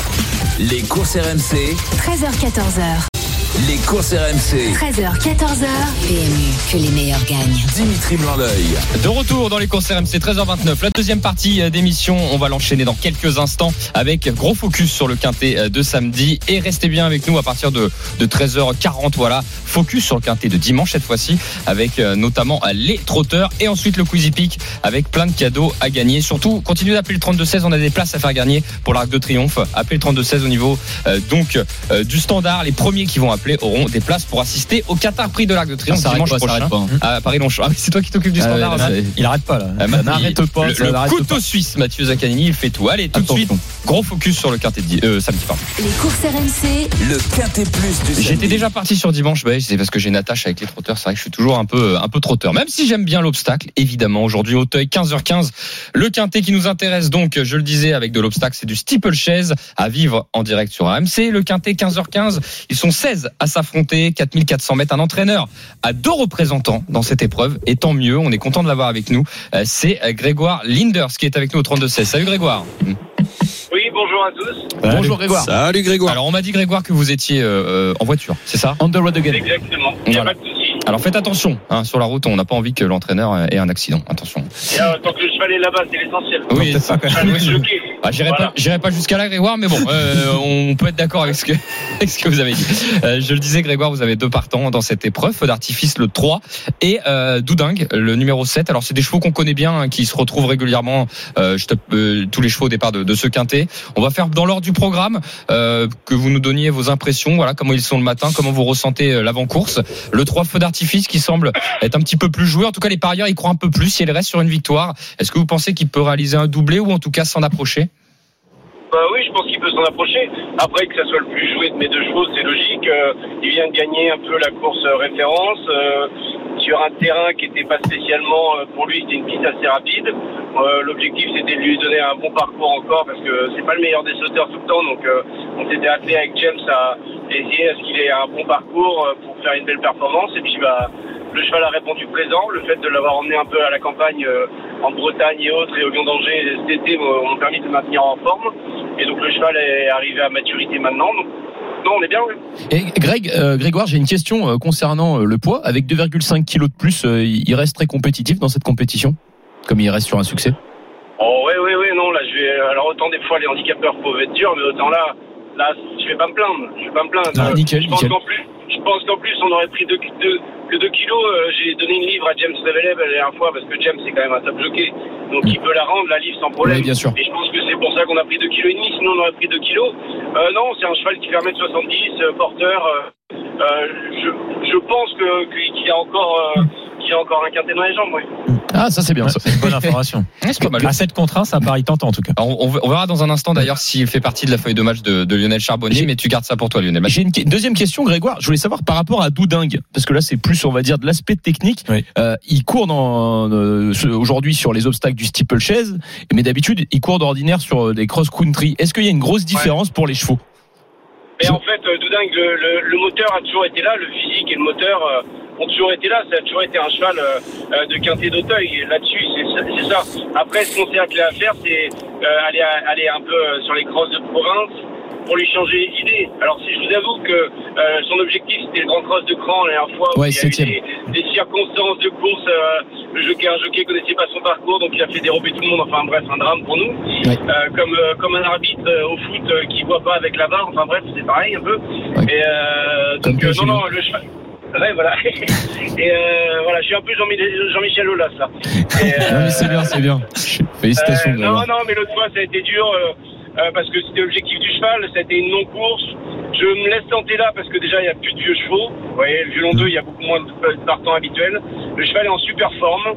Les courses R M C, treize heures quatorze heures. les courses R M C. treize heures quatorze heures. P M U, que les meilleurs gagnent. Dimitri Blanc-L'œil. De retour dans les courses R M C, treize heures vingt-neuf. La deuxième partie euh, d'émission, on va l'enchaîner dans quelques instants avec gros focus sur le quintet euh, de samedi. Et restez bien avec nous à partir de, de treize heures quarante. Voilà, focus sur le quintet de dimanche cette fois-ci avec euh, notamment euh, les trotteurs et ensuite le Quizy Peak avec plein de cadeaux à gagner. Surtout, continuez d'appeler le trente-deux seize, on a des places à faire gagner pour l'Arc de Triomphe. Appelez le trente-deux seize au niveau euh, donc euh, du standard. Les premiers qui vont appeler auront des places pour assister au Qatar Prix de l'Arc de Triomphe Ça s'arrête dimanche pas, ça prochain s'arrête pas, hein. à Paris-Longchamp. Ah, c'est toi qui t'occupes du Ah ouais, standard. là, Matt c'est- Il arrête pas là. Ah, Matt, Ça n'arrête il- pas. Le, ça le n'arrête couteau pas. suisse, Mathieu Zaccanini, il fait tout. Allez, tout de Attention. suite, gros focus sur le quintet de di- euh, samedi. Pardon. Les courses R M C, Le quintet plus du samedi. J'étais déjà parti sur dimanche, bah, c'est parce que j'ai une attache avec les trotteurs. C'est vrai que je suis toujours un peu, un peu trotteur. Même si j'aime bien l'obstacle, évidemment. Aujourd'hui, Auteuil, quinze heures quinze. Le quintet qui nous intéresse donc, je le disais, avec de l'obstacle, c'est du steeplechase à vivre en direct sur A M C. Le quintet, quinze heures quinze. Ils sont seize à s'affronter, quatre mille quatre cents mètres. Un entraîneur à deux représentants dans cette épreuve. Et tant mieux, on est content de l'avoir avec nous. Euh, C'est Grégoire Linders qui est avec nous au trente-deux seize. Salut Grégoire. Oui, bonjour à tous. Salut. Bonjour Grégoire. Salut Grégoire. Alors on m'a dit Grégoire que vous étiez euh, en voiture, c'est ça? On the road again. Exactement. Il n'y a Voilà. pas de souci. Alors faites attention, hein, sur la route, on n'a pas envie que l'entraîneur ait un accident. Attention. Et, euh, tant que le cheval est là-bas, c'est l'essentiel. Oui, peut-être pas, Le cheval est bloqué. Ah, j'irai Voilà. pas, j'irai pas jusqu'à là, Grégoire, mais bon, euh, on peut être d'accord avec ce que, avec ce que vous avez dit. Euh, je le disais, Grégoire, vous avez deux partants dans cette épreuve, Feu d'artifice le trois et euh, Doudingue le numéro sept. Alors c'est des chevaux qu'on connaît bien, hein, qui se retrouvent régulièrement. Euh, je te, euh, tous les chevaux au départ de, de ce quintet. On va faire dans l'ordre du programme euh, que vous nous donniez vos impressions, voilà comment ils sont le matin, comment vous ressentez euh, l'avant-course. Le trois Feu d'artifice qui semble être un petit peu plus joué. En tout cas, les parieurs y croient un peu plus. Si elle reste sur une victoire, est-ce que vous pensez qu'il peut réaliser un doublé ou en tout cas s'en approcher? Bah oui, je pense qu'il peut s'en approcher. Après, que ça soit le plus joué de mes deux chevaux, c'est logique. Euh, il vient de gagner un peu la course euh, référence euh, sur un terrain qui n'était pas spécialement euh, pour lui, c'était une piste assez rapide. Euh, l'objectif, c'était de lui donner un bon parcours encore parce que c'est pas le meilleur des sauteurs tout le temps. Donc, euh, on s'était appelé avec James à essayer à ce qu'il ait un bon parcours euh, pour faire une belle performance. Et puis, bah, le cheval a répondu présent. Le fait de l'avoir emmené un peu à la campagne euh, en Bretagne et autres, et au Lion d'Angers cet été m'ont permis de me maintenir en forme. Et donc le cheval est arrivé à maturité maintenant. Donc, non, on est bien, oui. Et Greg, euh, Grégoire, j'ai une question euh, concernant euh, le poids. Avec deux virgule cinq kilos de plus, euh, il reste très compétitif dans cette compétition, comme il reste sur un succès. Oh, oui, oui, oui, non, là, je vais. Alors, autant des fois, les handicapeurs peuvent être durs, mais autant là, là, je vais pas me plaindre. Je vais pas me plaindre. Ah, nickel, je pense nickel. qu'en plus, je pense qu'en plus, on aurait pris deux, deux, que deux kilos. Euh, j'ai donné une livre à James Reveleb la dernière fois, parce que James, c'est quand même un top jockey. Donc, il peut la rendre, la livre, sans problème. Oui, bien sûr. Et je pense que c'est pour ça qu'on a pris deux kilos et demi, sinon on aurait pris deux kilos. Euh, non, c'est un cheval qui fait un mètre soixante-dix, euh, porteur. Euh, euh, je, je pense que, qu'il y a encore, euh, qu'il y a encore un quintet dans les jambes, oui. Ah, ça c'est bien. Ouais, Ça. c'est une bonne information. Ouais, c'est pas mal. À sept contre un, ça paraît tentant en tout cas. Alors, on on verra dans un instant d'ailleurs s'il fait partie de la feuille de match de, de Lionel Charbonnier, J'ai- mais tu gardes ça pour toi, Lionel. J'ai une que- deuxième question, Grégoire. Je voulais savoir par rapport à Doudingue, parce que là c'est plus, on va dire, de l'aspect technique. Oui. Euh, il court dans, euh, ce- aujourd'hui sur les obstacles du steeplechase, mais d'habitude il court d'ordinaire sur euh, des cross country. Est-ce qu'il y a une grosse différence pour les chevaux? Et en fait, euh, Doudingue, le, le, le moteur a toujours été là, le physique et le moteur euh, ont toujours été là. Ça a toujours été un cheval euh, euh, de quintet d'Auteuil. Et là-dessus, c'est, ça- c'est ça. Après, ce qu'on s'est attelé à faire, c'est euh, aller, à- aller un peu euh, sur les crosses de province pour lui changer d'idée. Alors, si je vous avoue que euh, son objectif, c'était le grand cross de Cran la dernière fois, où Ouais, il y a eu septième. des, des circonstances de course. Euh, le jockey, un jockey connaissait pas son parcours, donc il a fait dérober tout le monde. Enfin bref, un drame pour nous. Ouais. Euh, comme euh, comme un arbitre euh, au foot euh, qui voit pas avec la barre. Enfin bref, c'est pareil un peu. Ouais. Et euh, Comme donc euh, toi, non Gilles. non le cheval. Ouais, voilà. Et euh, voilà, je suis un peu Jean-Mi- Jean-Michel Aulas là. Et, Ouais, mais c'est bien, c'est bien. Félicitations. euh, non, Grégoire. non, mais l'autre fois, ça a été dur euh, euh, parce que c'était l'objectif du cheval. Ça a été une non-course. Je me laisse tenter là parce que déjà, il n'y a plus de vieux chevaux. Vous voyez, le violon deux, il y a beaucoup moins de partants habituels. Le cheval est en super forme.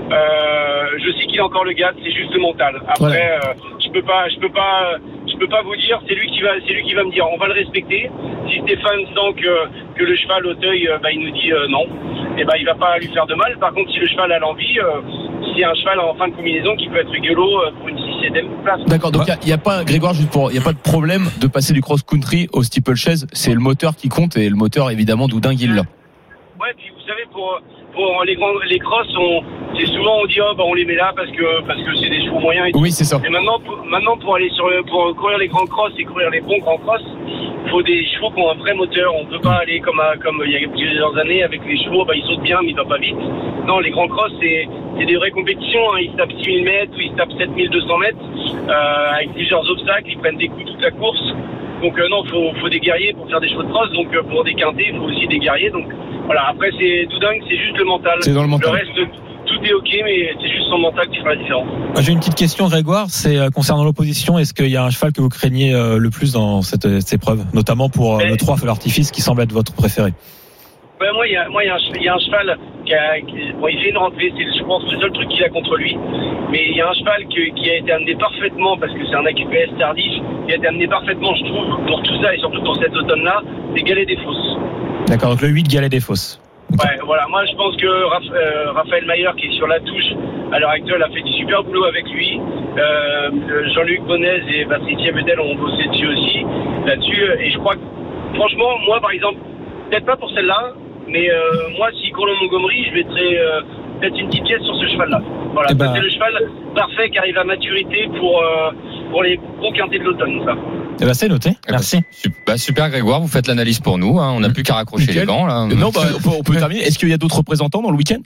Euh, je sais qu'il a encore le gars, c'est juste le mental. Après, euh, je peux pas, je peux pas, je peux pas vous dire. C'est lui qui va, c'est lui qui va me dire. On va le respecter. Si Stéphane sent que que le cheval Auteuil, euh, bah, il nous dit euh, non, et ben bah, il va pas lui faire de mal. Par contre, si le cheval a l'envie, euh, c'est un cheval en fin de combinaison qui peut être rigolo euh, pour une six septième place. D'accord, donc il n'y a, a pas, Grégoire, juste pour, il n'y a pas de problème de passer du cross-country au steeplechase, c'est le moteur qui compte, et le moteur, évidemment, Doudingue, il l'a. Ouais, puis vous savez, pour, pour les grands, les crosses, on, c'est souvent on dit, oh, bah, on les met là parce que, parce que c'est des chevaux moyens et tout. Oui, c'est ça. Et maintenant, pour, maintenant, pour aller sur le, pour courir les grands crosses et courir les bons grands crosses, il faut des chevaux qui ont un vrai moteur. On peut pas aller comme, à, comme il y a plusieurs années avec les chevaux, bah, ils sautent bien, mais ils vont pas vite. Non, les grands crosses, c'est, c'est des vraies compétitions, hein. Ils se tapent six mille mètres ou ils se tapent sept mille deux cents mètres, euh, avec plusieurs obstacles, ils prennent des coups toute la course. Donc, euh, non, faut, faut des guerriers pour faire des chevaux de crosse. Donc, euh, pour des quintés, il faut aussi des guerriers. Donc, voilà. Après, c'est Doudingue, c'est juste le mental. C'est dans le mental. Le reste, tout est ok, mais c'est juste son mental qui fera la différence. J'ai une petite question, Grégoire, c'est euh, concernant l'opposition. Est-ce qu'il y a un cheval que vous craignez euh, le plus dans cette, cette épreuve, notamment pour euh, Mais- le trois Feu d'artifice qui semble être votre préféré? Ouais, moi, il y a, moi, il y a un, il y a un cheval qui a, qui, bon, il fait une rentrée, c'est, je pense, le seul truc qu'il a contre lui. Mais il y a un cheval qui, qui a été amené parfaitement, parce que c'est un A Q P S tardif, qui a été amené parfaitement, je trouve, pour tout ça, et surtout pour cet automne-là, c'est Galet des Fosses. D'accord, donc le huit Galet des Fosses. Ouais, voilà, moi, je pense que Raph- euh, Raphaël Mayer, qui est sur la touche, à l'heure actuelle, a fait du super boulot avec lui. Euh, Jean-Luc Bonnez et Patricia Bedel ont bossé dessus aussi, là-dessus. Et je crois que, franchement, moi, par exemple, peut-être pas pour celle-là, mais euh, moi, s'il court le Montgomery, je mettrais euh, peut-être une petite pièce sur ce cheval-là. Voilà, Eh ben- ça, c'est le cheval parfait qui arrive à maturité pour, euh, pour les bons quintés de l'automne, ça. Eh ben, c'est noté. Merci. Super, bah, super Grégoire, vous faites l'analyse pour nous. Hein. On n'a plus qu'à raccrocher Nickel. les gants là. Non, bah, on peut, on peut terminer. Est-ce qu'il y a d'autres représentants dans le week-end?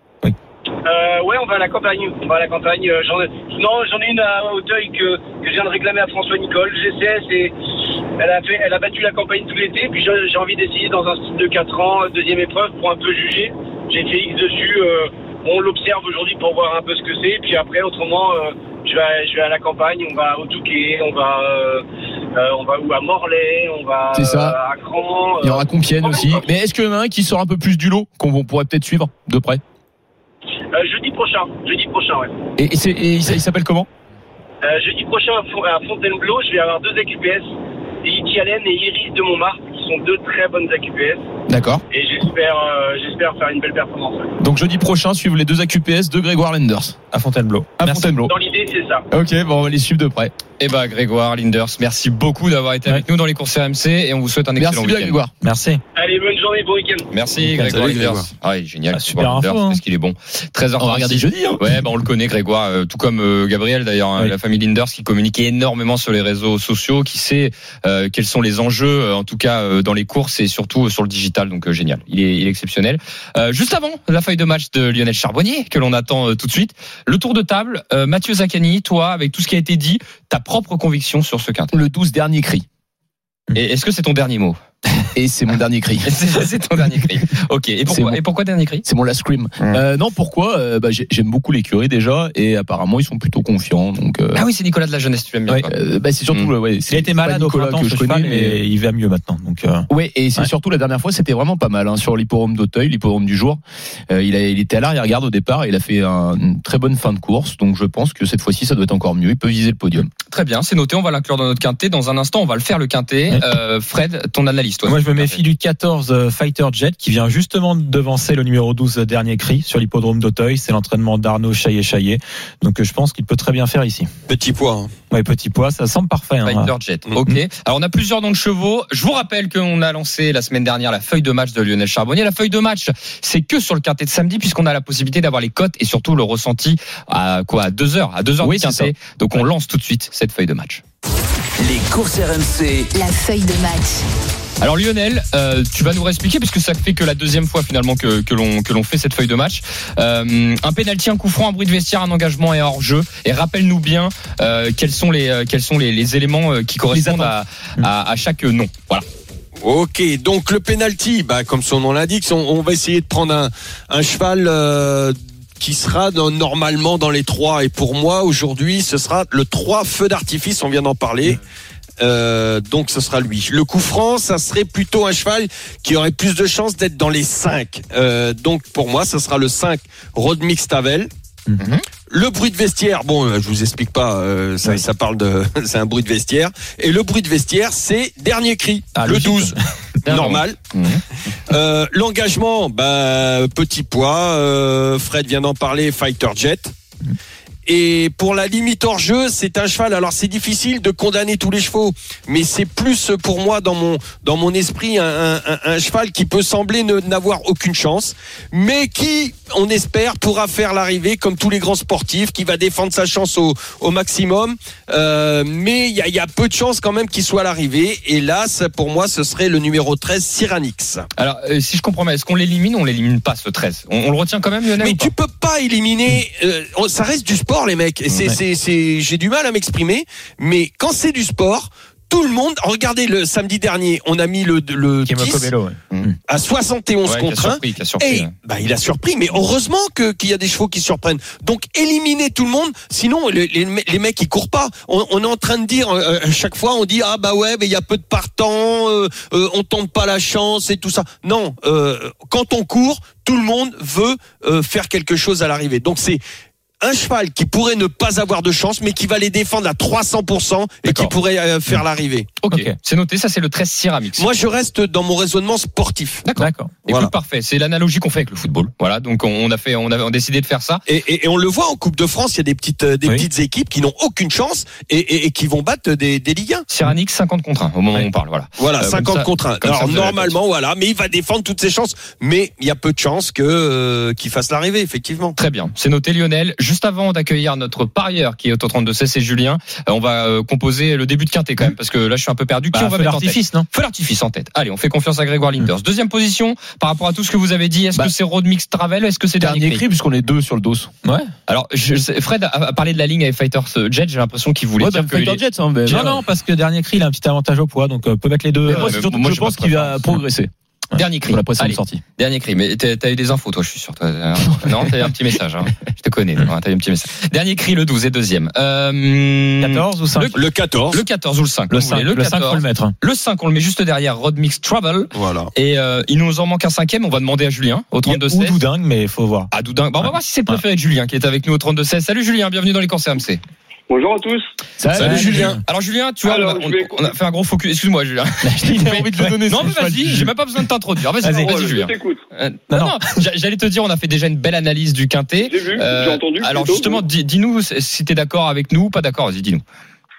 Euh, ouais, on va à la campagne. On va à la campagne. Euh, j'en ai... Non, j'en ai une à Auteuil que, que je viens de réclamer à François Nicole. G C S et elle a fait, elle a battu la campagne tout l'été. Puis j'ai, j'ai envie d'essayer dans un style de quatre ans, deuxième épreuve pour un peu juger. J'ai Félix dessus. Euh, on l'observe aujourd'hui pour voir un peu ce que c'est. Puis après, autrement, euh, je vais, je vais à la campagne. On va au Touquet, on va, euh, euh, on va où à Morlaix, on va C'est ça. euh, à Cran. Il y aura euh, Compiègne aussi. Mais est-ce qu'il y en a un qui sort un peu plus du lot, qu'on pourrait peut-être suivre de près? euh, jeudi prochain. Jeudi prochain, ouais. Et, et, c'est- et il s- il s'appelle comment? Euh, jeudi prochain à Fon- à Fontainebleau, je vais avoir deux A Q P S, Iti Allen et Iris de Montmartre, qui sont deux très bonnes A Q P S. D'accord. Et j'espère, euh, j'espère faire une belle performance. Donc jeudi prochain, suivre les deux A Q P S de Grégoire Lenders à Fontainebleau. À Merci. Fontainebleau. Dans l'idée, c'est ça. Ok, bon, on va les suivre de près. Eh ben, Grégoire Linders, merci beaucoup d'avoir été avec Ouais. nous dans les courses R M C et on vous souhaite un excellent Merci bien, week-end. Grégoire. Merci. Allez, bonne journée, bon week-end. Merci, Salut, Grégoire Grégoire. Linders. Ah oui, génial. Ah, super Grégoire info, Linders, hein. parce qu'il est bon. treize heures On va regarder trente-six. jeudi, hein. Ouais, bah, on le connaît, Grégoire, euh, tout comme euh, Gabriel d'ailleurs, hein, Oui. la famille Linders qui communique énormément sur les réseaux sociaux, qui sait euh, quels sont les enjeux, euh, en tout cas euh, dans les courses et surtout euh, sur le digital. Donc euh, génial, il est, il est exceptionnel. Euh, juste avant la feuille de match de Lionel Charbonnier que l'on attend euh, tout de suite, le tour de table. Euh, Mathieu Zaccani, toi, avec tout ce qui a été dit, ta propre conviction sur ce quintet. Le douze dernier cri. Et est-ce que c'est ton dernier mot? Et c'est mon dernier cri. C'est c'est ton dernier cri. Ok. Et pourquoi, bon. et pourquoi dernier cri? C'est mon last scream. Mmh. Euh, non, pourquoi euh, bah, j'ai- J'aime beaucoup l'écurie déjà et apparemment ils sont plutôt confiants. Donc, euh, Ah oui, c'est Nicolas de la Jeunesse, tu l'aimes bien. Oui. toi. euh, bah, c'est surtout Mmh. ouais, Il c'est a été pas malade au Nicolas printemps, que ce je connais, cheval, mais et il va mieux maintenant. Donc, euh, ouais, et c'est Ouais. surtout la dernière fois, c'était vraiment pas mal hein, sur l'hippodrome d'Auteuil, l'hippodrome du jour. Euh, il, a, il était à l'arrière-garde au départ, et il a fait un, une très bonne fin de course, donc je pense que cette fois-ci ça doit être encore mieux. Il peut viser le podium. Très bien, c'est noté. On va l'inclure dans notre quintet. Dans un instant, on va le faire le quintet. Ouais. Euh, Fred, ton analyse, toi. moi, je me méfie du quatorze euh, Fighter Jet qui vient justement de devancer le numéro douze euh, dernier cri sur l'hippodrome d'Auteuil. C'est l'entraînement d'Arnaud Chaillet-Chaillet. Donc, euh, je pense qu'il peut très bien faire ici. Petit poids. Hein. Ouais, petit poids, ça semble parfait. Hein. Fighter Jet. Ok. Alors on a plusieurs noms de chevaux. Je vous rappelle qu'on a lancé la semaine dernière la feuille de match de Lionel Charbonnier. La feuille de match, c'est que sur le quintet de samedi puisqu'on a la possibilité d'avoir les cotes et surtout le ressenti à quoi à deux heures, à deux heures Oui, du c'est quintet. Donc on lance tout de suite cette feuille de match. Les courses R M C. La feuille de match. Alors Lionel, euh, tu vas nous réexpliquer puisque ça fait que la deuxième fois finalement que, que l'on que l'on fait cette feuille de match. Euh, un pénalty, un coup franc, un bruit de vestiaire, un engagement et un hors-jeu. Et rappelle-nous bien euh, quels sont les euh, quels sont les, les éléments euh, qui correspondent à, à, à chaque nom. Voilà. Ok, donc le penalty, bah, comme son nom l'indique, on, on va essayer de prendre un, un cheval euh, qui sera dans, normalement dans les trois. Et pour moi, aujourd'hui, ce sera le trois feu d'artifice, on vient d'en parler. Euh, donc ce sera lui. Le coup franc, ça serait plutôt un cheval qui aurait plus de chances d'être dans les cinq. Euh, donc pour moi, ce sera le cinq Road Mix Tavel. Mm-hmm. Le bruit de vestiaire, bon, euh, je vous explique pas, euh, ça, Oui. ça parle de, c'est un bruit de vestiaire. Et le bruit de vestiaire, c'est dernier cri, Ah, le logique. douze, normal. Mhm. Euh, l'engagement, bah, petit poids. Euh, Fred vient d'en parler, Fighter Jet. Et pour la limite hors jeu, c'est un cheval. Alors c'est difficile de condamner tous les chevaux, mais c'est plus pour moi dans mon dans mon esprit un, un, un, un cheval qui peut sembler ne, n'avoir aucune chance, mais qui, on espère, pourra faire l'arrivée comme tous les grands sportifs, qui va défendre sa chance au, au maximum. Euh, mais il y a, y a peu de chances quand même qu'il soit à l'arrivée. Et là, ça, pour moi, ce serait le numéro treize, Cyranix. Alors euh, si je comprends bien, est-ce qu'on l'élimine ou on l'élimine pas ce treize? On, on le retient quand même Lionel? Mais ou pas tu peux pas éliminer. Euh, ça reste du sport, les mecs. Et c'est, Ouais. c'est, c'est, j'ai du mal à m'exprimer. Mais quand c'est du sport, tout le monde. Regardez le samedi dernier, on a mis le le Qui est dix Mocobello, ouais. à soixante et onze Ouais, qui a contre un. surpris, qui a surpris, Et ouais. bah, il a surpris, mais heureusement que, qu'il y a des chevaux qui surprennent. Donc éliminer tout le monde, sinon les, les, les mecs ils courent pas. On, on est en train de dire euh, à chaque fois, on dit ah bah ouais, mais il y a peu de partants, euh, euh, on tente pas la chance et tout ça. Non, euh, quand on court, tout le monde veut euh, faire quelque chose à l'arrivée. Donc c'est un cheval qui pourrait ne pas avoir de chance, mais qui va les défendre à trois cents pour cent et D'accord. qui pourrait euh, faire l'arrivée. Ok, Ok. c'est noté, ça c'est le treize Cyramix. Moi, je reste dans mon raisonnement sportif. D'accord. D'accord. Écoute, Voilà. parfait. C'est l'analogie qu'on fait avec le football. Voilà, donc on a fait, on a, on a décidé de faire ça. Et, et, et on le voit en Coupe de France, il y a des petites, euh, des Oui. petites équipes qui n'ont aucune chance et, et, et qui vont battre des, des Ligue un. Cyranix cinquante contre un au moment Ouais. où on parle. Voilà. Voilà, Euh, comme cinquante ça- contre un. comme ça, Alors vous avez la normalement, voilà, mais il va défendre toutes ses chances. Mais il y a peu de chances que euh, qu'il fasse l'arrivée, effectivement. Très bien, c'est noté Lionel. Juste avant d'accueillir notre parieur qui est au trente-deux seize, c'est Julien. Euh, on va euh, composer le début de quintet quand même parce que là je suis un peu perdu. Qui Bah, on va feu mettre en tête? d'artifice, non? Feu d'artifice en tête. Allez, on fait confiance à Grégoire Linders. Deuxième position, par rapport à tout ce que vous avez dit, est-ce Bah, que c'est Road Mix Travel, est-ce que c'est dernier, Dernier cri cri, puisqu'on est deux sur le dos. Ouais. Alors, je, sais- Fred a, a parlé de la ligne avec Fighters Jet. J'ai l'impression qu'il voulait Ouais, dire bah, que Fighter il est- Jet, hein, mais- Non, non, parce que dernier cri, il a un petit avantage au poids, donc euh, peut mettre les deux. Mais euh, moi, mais c'est surtout moi, que je j'ai pas pense de qu'il va préférence. progresser dernier cri. pour la précédente Allez, sortie. dernier cri. Mais t'as t'as eu des infos, toi, je suis sûr. Toi. Non, t'as eu un petit message. Hein. Je te connais. Non, t'as eu un petit message. Dernier cri, le douze et deuxième. Euh, quatorze ou cinq? Le quatorze. Le quatorze ou le cinq. Le comme vous cinq, voulez. le cinq, faut le mettre. Le cinq, on le met juste derrière Road Mix Travel. Voilà. Et euh, il nous en manque un cinquième. On va demander à Julien au Il y a trente-deux ou seize. Doudingue, mais il faut voir. À Doudin. Bah, on va voir si c'est le préféré de Julien qui est avec nous au trente-deux seize. Salut Julien, bienvenue dans les courses R M C. Bonjour à tous. Salut, Salut Julien. Alors Julien, tu vois, Alors, on, a, je vais- on a fait un gros focus. Excuse-moi Julien. Il a envie de le donner. Non mais vas-y, j'ai même pas besoin de t'introduire. Vas-y, vas-y, Ouais, Julien. je t'écoute. Euh, non, non, j'a- j'allais te dire, on a fait déjà une belle analyse du Quintet. J'ai vu, Euh, j'ai entendu. alors plutôt, justement, oui. dis- dis-nous si t'es d'accord avec nous ou pas d'accord. Vas-y, dis-nous.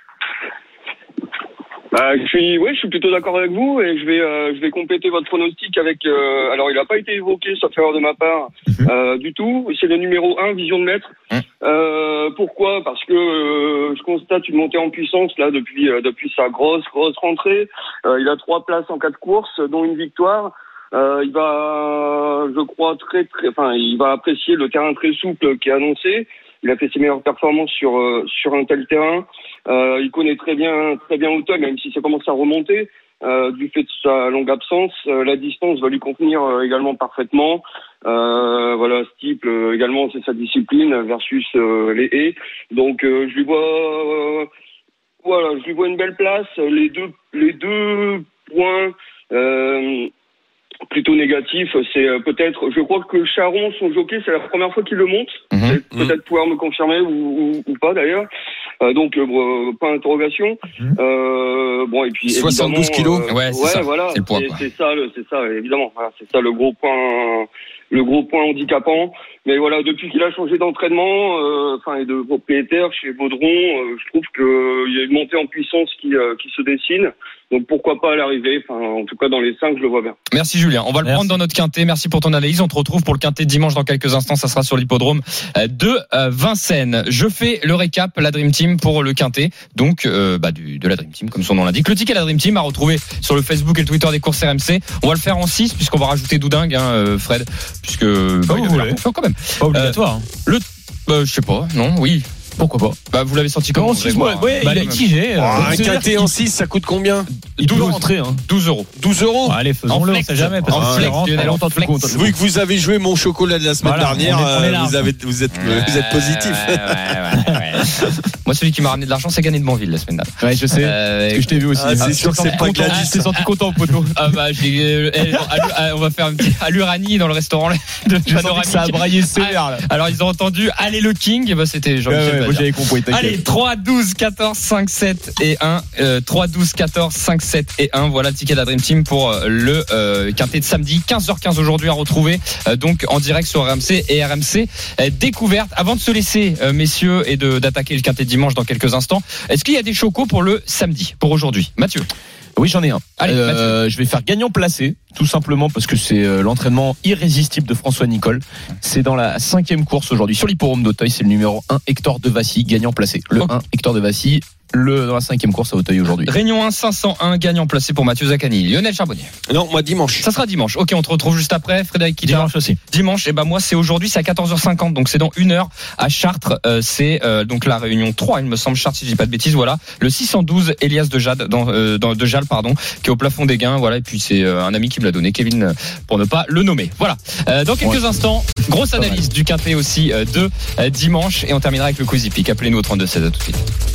Bah, je suis, ouais, je suis plutôt d'accord avec vous et je vais, euh, je vais compléter votre pronostic avec. Euh, alors, il n'a pas été évoqué, sauf erreur de ma part, euh, du tout. C'est le numéro un, Vision de Maître. Mmh. Euh, pourquoi ? Parce que euh, je constate une montée en puissance là depuis, euh, depuis sa grosse, grosse rentrée. Euh, il a trois places en quatre courses, dont une victoire. Euh, il va, je crois, très, très, enfin, il va apprécier le terrain très souple qui est annoncé. Il a fait ses meilleures performances sur euh, sur un tel terrain. Euh, il connaît très bien très bien Auteuil, même si ça commence à remonter euh, du fait de sa longue absence. Euh, la distance va lui convenir euh, également parfaitement. Euh, voilà, Steeple euh, également, c'est sa discipline versus euh, les haies. Donc euh, je lui vois, euh, voilà, je lui vois une belle place. Les deux les deux points. Euh, plutôt négatif, c'est euh, peut-être, je crois que Charon, son jockey, c'est la première fois qu'il le monte. Mhm. C'est peut-être pouvoir me confirmer ou, ou, ou pas d'ailleurs. Euh, donc euh, bon, pas d'interrogation. Mhm. Euh, bon et puis soixante-douze évidemment, kilos. euh, Ouais, c'est ça. voilà, C'est le poids, c'est, quoi. c'est ça, le, c'est ça, évidemment. Voilà, c'est ça le gros point, le gros point handicapant. Mais voilà, depuis qu'il a changé d'entraînement, euh, enfin et de propriétaire chez Baudron, euh, je trouve qu'il y a une montée en puissance qui, euh, qui se dessine. Donc pourquoi pas à l'arrivée. Enfin, en tout cas dans les cinq, je le vois bien. Merci Julien. On va le Merci. prendre dans notre Quintet. Merci pour ton analyse. On te retrouve pour le Quintet dimanche dans quelques instants. Ça sera sur l'hippodrome euh, de euh, Vincennes. Je fais le récap, la Dream Team pour le Quintet. Donc, euh, bah, du, de la Dream Team, comme son nom l'indique. Le ticket de la Dream Team à retrouver sur le Facebook et le Twitter des courses R M C. On va le faire en six puisqu'on va rajouter Doudingue, hein, euh, Fred, puisque bah, il vous avait l'air voulez. confiant quand même. Pas obligatoire. hein. Le, bah, je sais pas. Non, oui. Pourquoi pas? Bah, vous l'avez senti comment? Non, six mois, ouais, Bah, il il a- est tigé. euh, Ah, un c'est-à-dire quintet en six, ça coûte combien? Il peut douze. rentrer, hein. douze euros. douze euros. Bon, allez, En faisons-le, on flex. sait jamais. Parce En que s'il flex, rentre, Lionel, alors, en longtemps, flex. tout compte. Vu que vous avez joué mon chocolat de la semaine Voilà, dernière, on est- on est euh, là. vous, avez, vous, êtes, vous êtes positif. Ouais, ouais, ouais, ouais. Moi, celui qui m'a ramené de l'argent, c'est Gagné de Banville la semaine dernière. Ouais, je sais. Euh, Parce que je t'ai vu aussi. Ah, c'est sûr que c'est pas content. Gladys. Je t'ai senti content au poteau. Ah bah j'ai euh, eh, à- à- on va faire un petit à l'Uranie dans le restaurant de J'ai senti Panoramique. que ça a braillé sévère, là. Alors ils ont entendu Allez le King, et bah c'était Ouais, Jean-Michel ouais, moi Bazir. j'avais compris. t'inquiète. Allez, trois, douze, quatorze, cinq, sept et un. Euh, trois, douze, quatorze, cinq, sept et un. Voilà le ticket de la Dream Team pour euh, le euh, Quintet de samedi. quinze heures quinze aujourd'hui à retrouver euh, donc en direct sur R M C et R M C euh, Découverte. Avant de se laisser, euh, messieurs, et de, d'attaquer le Quintet de dimanche dans quelques instants, est-ce qu'il y a des chocos pour le samedi, pour aujourd'hui? Mathieu? Oui, j'en ai un. Allez, Euh, je vais faire gagnant placé, tout simplement parce que c'est euh, l'entraînement irrésistible de François Nicole. C'est dans la cinquième course aujourd'hui sur l'hippodrome d'Auteuil. C'est le numéro un, Hector de Vassy, gagnant placé. Le Ok. un, Hector de Vassy, le dans la cinquième course à Auteuil aujourd'hui. Réunion un, cinq cent un, gagnant placé pour Mathieu Zaccani. Lionel Charbonnier. Non, moi dimanche. Ça sera dimanche. Ok, on te retrouve juste après. Frédéric Kita. Dimanche aussi. Dimanche, et ben moi c'est aujourd'hui, c'est à quatorze heures cinquante, donc c'est dans une heure à Chartres. Euh, c'est euh, donc la réunion trois, il me semble, Chartres si je dis pas de bêtises. Voilà, le six cent douze Elias de Jade, dans, euh, dans de Jal pardon, qui est au plafond des gains. Voilà, et puis c'est euh, un ami qui me l'a donné, Kevin, euh, pour ne pas le nommer. Voilà. Euh, dans quelques Ouais. instants, grosse analyse du Quintet aussi euh, de euh, dimanche, et on terminera avec le Quiz Hippique. Appelez-nous au trente-deux seize. À tout de suite.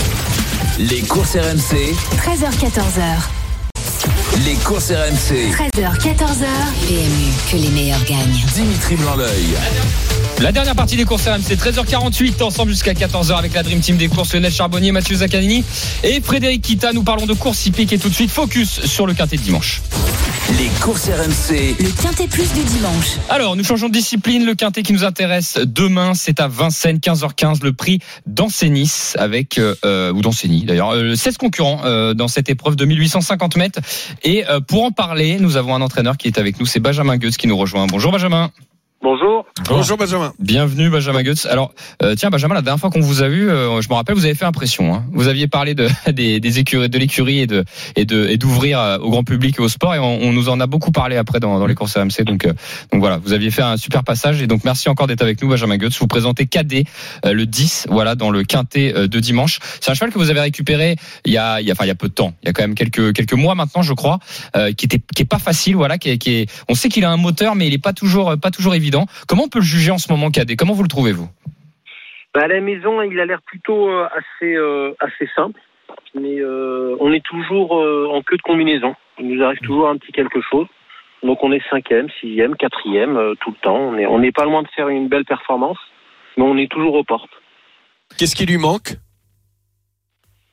Les courses R M C, treize heures quatorze heures. les courses R M C, treize heures quatorze heures. P M U, que les meilleurs gagnent. Dimitri Blanc-L'œil. La dernière partie des courses R M C, treize heures quarante-huit, ensemble jusqu'à quatorze heures avec la Dream Team des courses, Lionel Charbonnier, Mathieu Zaccanini et Frédéric Kita. Nous parlons de course hippique et tout de suite focus sur le Quintet de dimanche. Les courses R M C, Le Quintet Plus du dimanche. Alors, nous changeons de discipline. Le Quintet qui nous intéresse demain, c'est à Vincennes, quinze heures quinze, le prix d'Ancenis avec, euh, ou d'Anceny d'ailleurs, euh, seize concurrents euh, dans cette épreuve de mille huit cent cinquante mètres. Et euh, pour en parler, nous avons un entraîneur qui est avec nous, c'est Benjamin Goetz qui nous rejoint. Bonjour Benjamin. Bonjour. Bonjour Benjamin. Bienvenue Benjamin Goetz. Alors euh, tiens Benjamin, la dernière fois qu'on vous a vu, euh, je me rappelle, vous avez fait impression. Hein. Vous aviez parlé de des, des écuries, de l'écurie et de et de et d'ouvrir euh, au grand public et au sport, et on, on nous en a beaucoup parlé après dans, dans les courses R M C. Donc euh, donc voilà, vous aviez fait un super passage, et donc merci encore d'être avec nous Benjamin Goetz. Vous présentez K D euh, le dix, voilà, dans le Quintet euh, de dimanche. C'est un cheval que vous avez récupéré il y a il y a enfin il y a peu de temps, il y a quand même quelques quelques mois maintenant je crois, euh, qui était qui est pas facile, voilà, qui est, qui est on sait qu'il a un moteur mais il est pas toujours pas toujours évident. Comment on peut le juger en ce moment, K D? Comment vous le trouvez-vous? Bah, à la maison, il a l'air plutôt euh, assez euh, assez simple, mais euh, on est toujours euh, en queue de combinaison. Il nous arrive toujours un petit quelque chose. Donc on est cinquième, sixième, quatrième euh, tout le temps. On est on n'est pas loin de faire une belle performance, mais on est toujours aux portes. Qu'est-ce qui lui manque?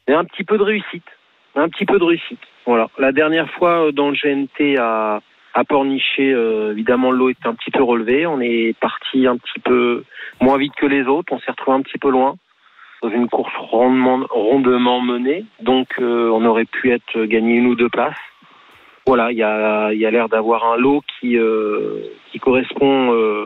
Et un petit peu de réussite. Un petit peu de réussite. Voilà. La dernière fois, dans le G N T à, à Pornichet, euh, évidemment, l'eau était un petit peu relevée. On est parti un petit peu moins vite que les autres. On s'est retrouvé un petit peu loin dans une course rondement, rondement menée. Donc, euh, on aurait pu être gagné une ou deux places. Voilà. Il y a, il y a l'air d'avoir un lot qui, euh, qui correspond, euh,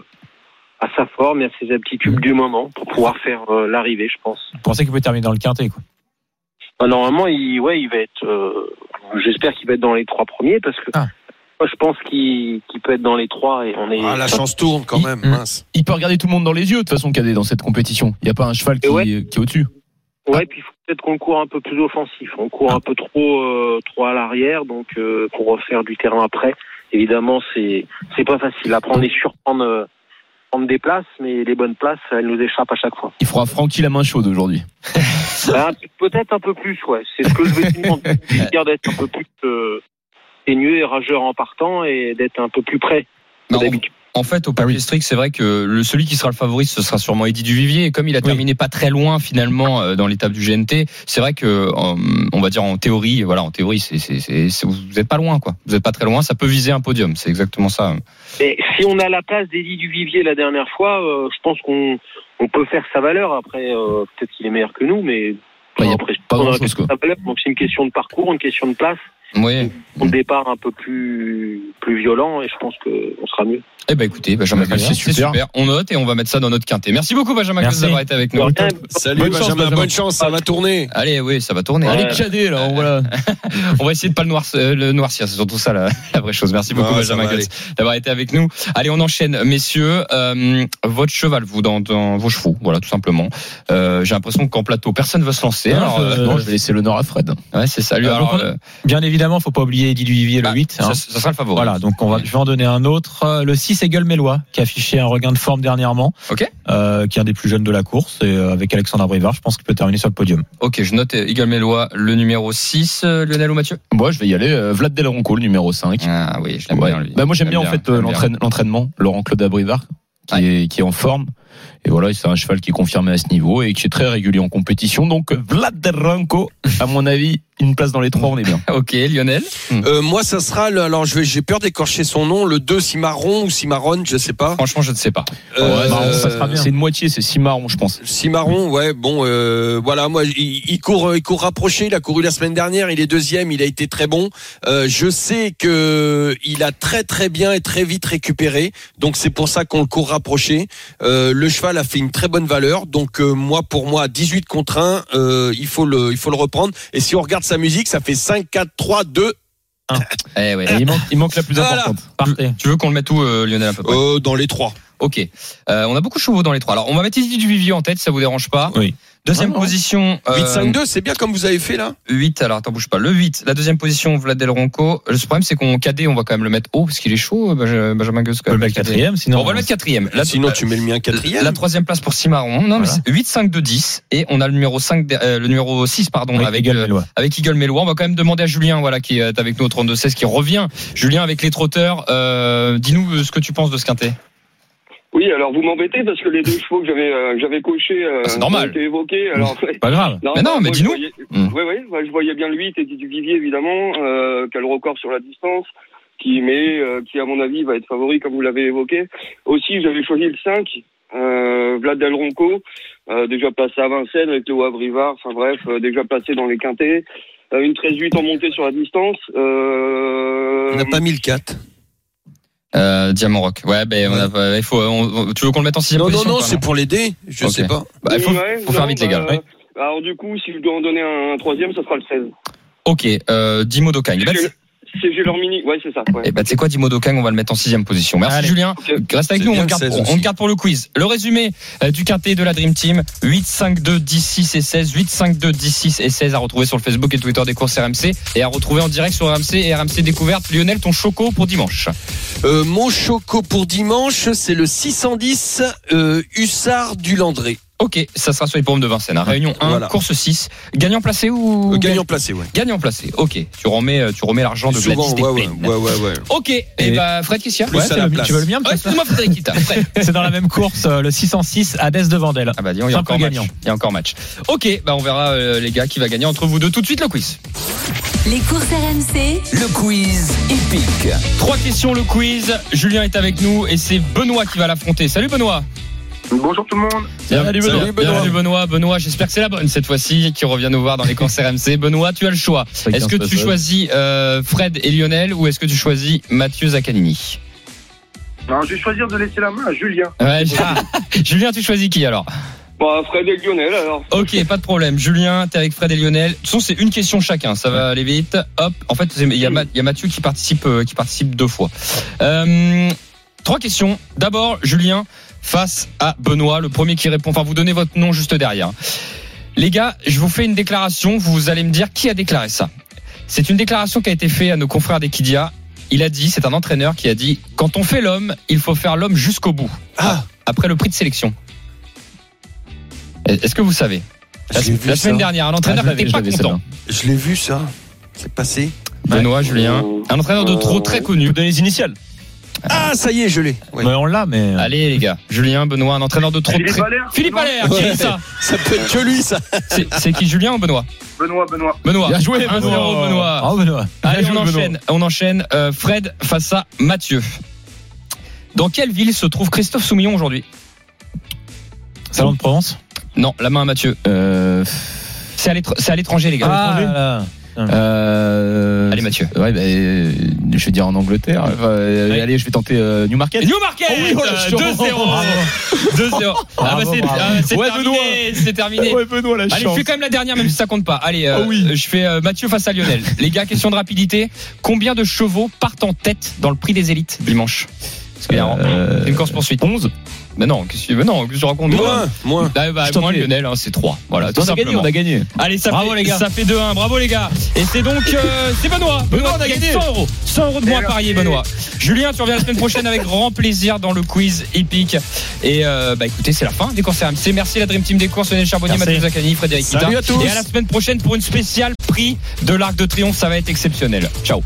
à sa forme et à ses aptitudes du moment pour pouvoir faire euh, l'arrivée, je pense. Vous pensez qu'il peut terminer dans le quintet, quoi? Bah, normalement, il, ouais, il va être. Euh, j'espère qu'il va être dans les trois premiers parce que ah. moi, je pense qu'il, qu'il peut être dans les trois et on est. Ah, la chance tourne quand même. Il, mince. Il peut regarder tout le monde dans les yeux de toute façon, Cadet, dans cette compétition. Il n'y a pas un cheval qui, ouais. qui est au-dessus. Ouais, ah. Puis il faut peut-être qu'on court un peu plus offensif. On court ah. un peu trop, euh, trop à l'arrière, donc euh, pour refaire du terrain après. Évidemment, c'est c'est pas facile. Après, on est sûr de prendre, euh, prendre des places, mais les bonnes places, elles nous échappent à chaque fois. Il fera Francky la main chaude aujourd'hui. Ben, peut-être un peu plus, ouais. C'est ce que je vais te demander, c'est-à-dire d'être un peu plus euh, teigneux et rageur en partant et d'être un peu plus près que non, d'habitude. En fait, au papier strict, c'est vrai que le, celui qui sera le favori, ce sera sûrement Eddy Duvivier. Et comme il a terminé oui. pas très loin finalement euh, dans l'étape du G N T, c'est vrai que, euh, on va dire en théorie, voilà, en théorie, c'est, c'est, c'est, c'est, vous n'êtes pas loin, quoi. Vous n'êtes pas très loin, ça peut viser un podium. C'est exactement ça. Et si on a la place d'Eddy Duvivier la dernière fois, euh, je pense qu'on on peut faire sa valeur. Après, euh, peut-être qu'il est meilleur que nous, mais il n'y a après, pas on a grand-chose, quoi. Sa valeur, donc c'est une question de parcours, une question de place. Oui. Un départ un peu plus plus violent et je pense que on sera mieux. Eh ben écoutez, Benjamin Close, c'est, c'est super. super. On note et on va mettre ça dans notre quintet. Merci beaucoup Benjamin Close d'avoir été avec nous. Bien, Salut bonne Benjamin, chance, Benjamin, bonne chance, ça va tourner. Allez, oui, ça va tourner. Allez, Cadet là, voilà. On va essayer de pas le, noir, le noircir, c'est surtout ça la, la vraie chose. Merci beaucoup ah, Benjamin Close d'avoir été avec nous. Allez, on enchaîne, messieurs. Euh, votre cheval, vous dans, dans vos chevaux, voilà, tout simplement. Euh, j'ai l'impression qu'en plateau, personne ne veut se lancer. Non, alors, euh, non, je vais laisser l'honneur à Fred. Ouais, c'est ça. Lui, alors, alors, euh, bien évidemment, faut pas oublier Eddy Duvivier le bah, huit. Ça, hein. ça sera le favori. Voilà, donc on va, je vais en donner un autre. Le six, Eagle Mélois, qui a affiché un regain de forme dernièrement. Ok. Euh, qui est un des plus jeunes de la course. Et euh, avec Alexandre Brivard, je pense qu'il peut terminer sur le podium. Ok, je note Eagle Mélois, le numéro six. Euh, Lionel ou Mathieu? Moi, je vais y aller. Euh, Vlad Del Ronco, le numéro cinq. Ah oui, je l'aime ouais. bien lui. Bah, moi, j'aime, j'aime bien, bien en fait euh, l'entraîne, l'entraînement. Laurent Claude Abrivard, qui, ouais. est, qui est en forme. Et voilà, c'est un cheval qui est confirmé à ce niveau et qui est très régulier en compétition. Donc, Vlad Del Ronco, à mon avis, une place dans les trois, on est bien. Ok, Lionel. Euh, moi, ça sera le, alors je vais, j'ai peur d'écorcher son nom, le deux Cimarron ou Cimarron, je sais pas. Franchement, je ne sais pas. Euh, ouais, Marron, ça sera bien. C'est une moitié, c'est Cimarron, je pense. Cimarron, ouais, bon, euh, voilà, moi, il, il court, il court rapproché, il a couru la semaine dernière, il est deuxième, il a été très bon. Euh, je sais que il a très très bien et très vite récupéré, donc c'est pour ça qu'on le court rapproché. Euh, le cheval a fait une très bonne valeur, donc euh, moi, pour moi, dix-huit contre un, euh, il faut le, il faut le reprendre. Et si on regarde sa musique, ça fait cinq, quatre, trois, deux, un. Eh ouais. il, manque, il manque la plus voilà. importante. Parfait. Tu veux qu'on le mette où, euh, Lionel, à peu près? euh, Dans les trois. Ok. Euh, on a beaucoup de chevaux dans les trois. Alors, on va mettre Eddy Duvivier en tête, si ça vous dérange pas. Oui. Deuxième ah, position. Euh, huit cinq deux, c'est bien comme vous avez fait là. huit, alors attends, bouge pas. Le huit, la deuxième position, Vlad Del Ronco. Le problème, c'est qu'on cadet, on va quand même le mettre haut, parce qu'il est chaud, Benjamin Gueuse. On peut le mettre quatrième, sinon. On va le mettre quatrième. Là, sinon, tu mets le mien quatrième. La troisième place pour Cimarron. Non, voilà. Mais huit, cinq, deux, dix. Et on a le numéro cinq, euh, le numéro six, pardon, avec, avec Eagle Mélois. Avec Eagle Mélois. On va quand même demander à Julien, voilà, qui est avec nous au trente-deux seize, qui revient. Julien, avec les trotteurs, euh, dis-nous ce que tu penses de ce quintet. Oui, alors vous m'embêtez parce que les deux chevaux que j'avais euh, que j'avais cochés euh, c'est normal. ont été évoqués. Alors c'est pas grave. Non, mais non, bah, mais dis-nous. Oui, mmh. oui, ouais, je voyais bien le huit et Duvivier évidemment, euh, qui a le record sur la distance, qui mais euh, qui à mon avis va être favori comme vous l'avez évoqué. Aussi, j'avais choisi le cinq, euh, Vlad Del Ronco, euh, déjà placé à Vincennes avec le Abrivard. Enfin bref, euh, déjà placé dans les quintets. Euh, une treize huit en montée sur la distance. Euh, On n'a pas mis le quatre. Euh, Diamant Rock. Ouais, ben, ouais. on a, il faut, on, tu veux qu'on le mette en sixième non, position? Non, non, non, c'est pour l'aider. Je okay. sais pas. Bah, il faut, ouais, faut non, faire vite, bah, les gars. Ouais. Alors, du coup, si je dois en donner un, un troisième, ça sera le seize. Ok, euh, Dimo Dokang. C'est Gélor Mini, ouais, c'est ça. Ouais. Et bah, tu sais quoi, Dimo Dokang, on va le mettre en sixième position. Merci, allez, Julien. Okay. Reste avec c'est nous, on garde, pour, on garde pour le quiz. Le résumé euh, du quintet de la Dream Team. huit, cinq, deux, dix, six et seize. huit, cinq, deux, dix, six et seize à retrouver sur le Facebook et Twitter des courses R M C. Et à retrouver en direct sur R M C et R M C Découverte. Lionel, ton choco pour dimanche. Euh, mon choco pour dimanche, c'est le six cent dix, euh, Hussard du Landré. Ok, ça sera sur les pommes de Vincennes. Réunion un, Voilà. course six. Gagnant placé ou Euh, Gagnant placé, ouais. Gagnant placé. Ok, tu remets, tu remets l'argent de Souvent, Gladys ouais, ouais, Desplaines. ouais, ouais, ouais. Ok, et, Et- bah Fred, qu'est-ce qu'il y a Plus Ouais, à c'est la le- place. tu veux le mien Ouais, peut-être excuse-moi Frédéric Kita. Fred. C'est dans la même course, euh, le six cent six à Dès de Vendel. Ah bah dis, il y a Simple encore match. gagnant. Il y a encore match. Ok, bah on verra euh, les gars qui va gagner entre vous deux. Tout de suite le quiz. Les courses R M C, Le quiz épique. Trois questions le quiz. Julien est avec nous et c'est Benoît qui va l'affronter. Salut Benoît. Bonjour tout le monde. Salut Benoît. Benoît. Bienvenue Benoît. Benoît, j'espère que c'est la bonne cette fois-ci qui revient nous voir dans les courses R M C. Benoît, tu as le choix. Est-ce que tu choisis euh, Fred et Lionel ou est-ce que tu choisis Mathieu Zaccanini? Alors, je vais choisir de laisser la main à Julien. Ouais, j'ai- Julien, tu choisis qui alors? Bah, Fred et Lionel, alors. Ok, pas de problème. Julien, t'es avec Fred et Lionel. De toute façon, c'est une question chacun. Ça va aller vite. Hop. En fait, c'est- il y a, Ma- il y a Mathieu qui participe, euh, qui participe deux fois. Euh, trois questions. D'abord, Julien face à Benoît. Le premier qui répond. Enfin, vous donnez votre nom juste derrière. Les gars, je vous fais une déclaration. Vous allez me dire qui a déclaré ça. C'est une déclaration qui a été faite à nos confrères d'Equidia. Il a dit, c'est un entraîneur qui a dit, quand on fait l'homme, il faut faire l'homme jusqu'au bout. Ah. Après le prix de sélection. Est-ce que vous savez? La, Je l'ai vu, la semaine ça. dernière, un entraîneur Ah, je qui n'était pas l'avais, content. Je l'ai vu, ça. C'est passé. Benoît, Julien. Un entraîneur de trop très connu. Vous donnez les initiales. Ah, ça y est, je l'ai. Ouais. Mais on l'a, mais. Allez les gars, Julien, Benoît, un entraîneur de trop Philippe très. Allaire. Philippe Non. Allaire, qui Ouais. est ça? Ça peut être que lui, ça. C'est c'est qui, Julien ou Benoît? Benoît, Benoît. Benoît. Bien joué, un zéro Benoît. Benoît. Oh, Benoît. Allez, Bien on joué, enchaîne. On enchaîne. Euh, Fred face à Mathieu. Dans quelle ville se trouve Christophe Soumillon aujourd'hui? Salon de Provence. Non, la main à Mathieu. Euh, C'est à l'étr- c'est à l'étranger, les gars. Ah, là, là. euh, Allez, Mathieu. Ouais, bah, euh, je vais dire en Angleterre. Euh, Ouais. Allez, je vais tenter euh, Newmarket. Newmarket, Oh oui, oh là, je suis deux zéro. bravo. deux zéro. Ah bah Bravo, c'est bravo. ah, c'est Ouais, terminé, c'est terminé. Ouais, Benoît, la Allez, je chance. fais quand même la dernière, même si ça compte pas. Allez, euh, Oh oui. je fais euh, Mathieu face à Lionel. Les gars, question de rapidité. Combien de chevaux partent en tête dans le prix des élites dimanche? Parce qu'il y a un- Euh, c'est une course poursuite. onze. Mais non, qu'est-ce que tu- mais non, qu'est-ce que tu racontes? Moins, moins. Ah, bah, Je t'en moins prie. Lionel, hein, c'est trois. Voilà, tout On a gagné, simplement. on a gagné. Allez, ça Bravo, fait, les gars. ça fait deux un. Bravo les gars. Et c'est donc euh, c'est Benoît. Benoît, on a gagné cent euros. cent euros de moins Merci. parier, Benoît. Julien, tu reviens la semaine prochaine avec grand plaisir dans le quiz épique. Et euh, bah écoutez, c'est la fin des courses R M C. Merci la Dream Team des courses, Lionel Charbonnier, Merci. Mathieu Zaccani, Frédéric Kita. Salut à tous. Et à la semaine prochaine pour une spéciale prix de l'Arc de Triomphe. Ça va être exceptionnel. Ciao.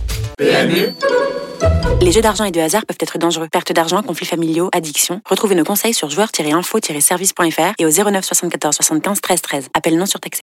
Les jeux d'argent et de hasard peuvent être dangereux. Perte d'argent, conflits familiaux, addiction. Retrouvez nos conseils sur joueurs tiret info tiret service point f r et au zéro neuf soixante-quatorze soixante-quinze treize treize. Appel non surtaxé.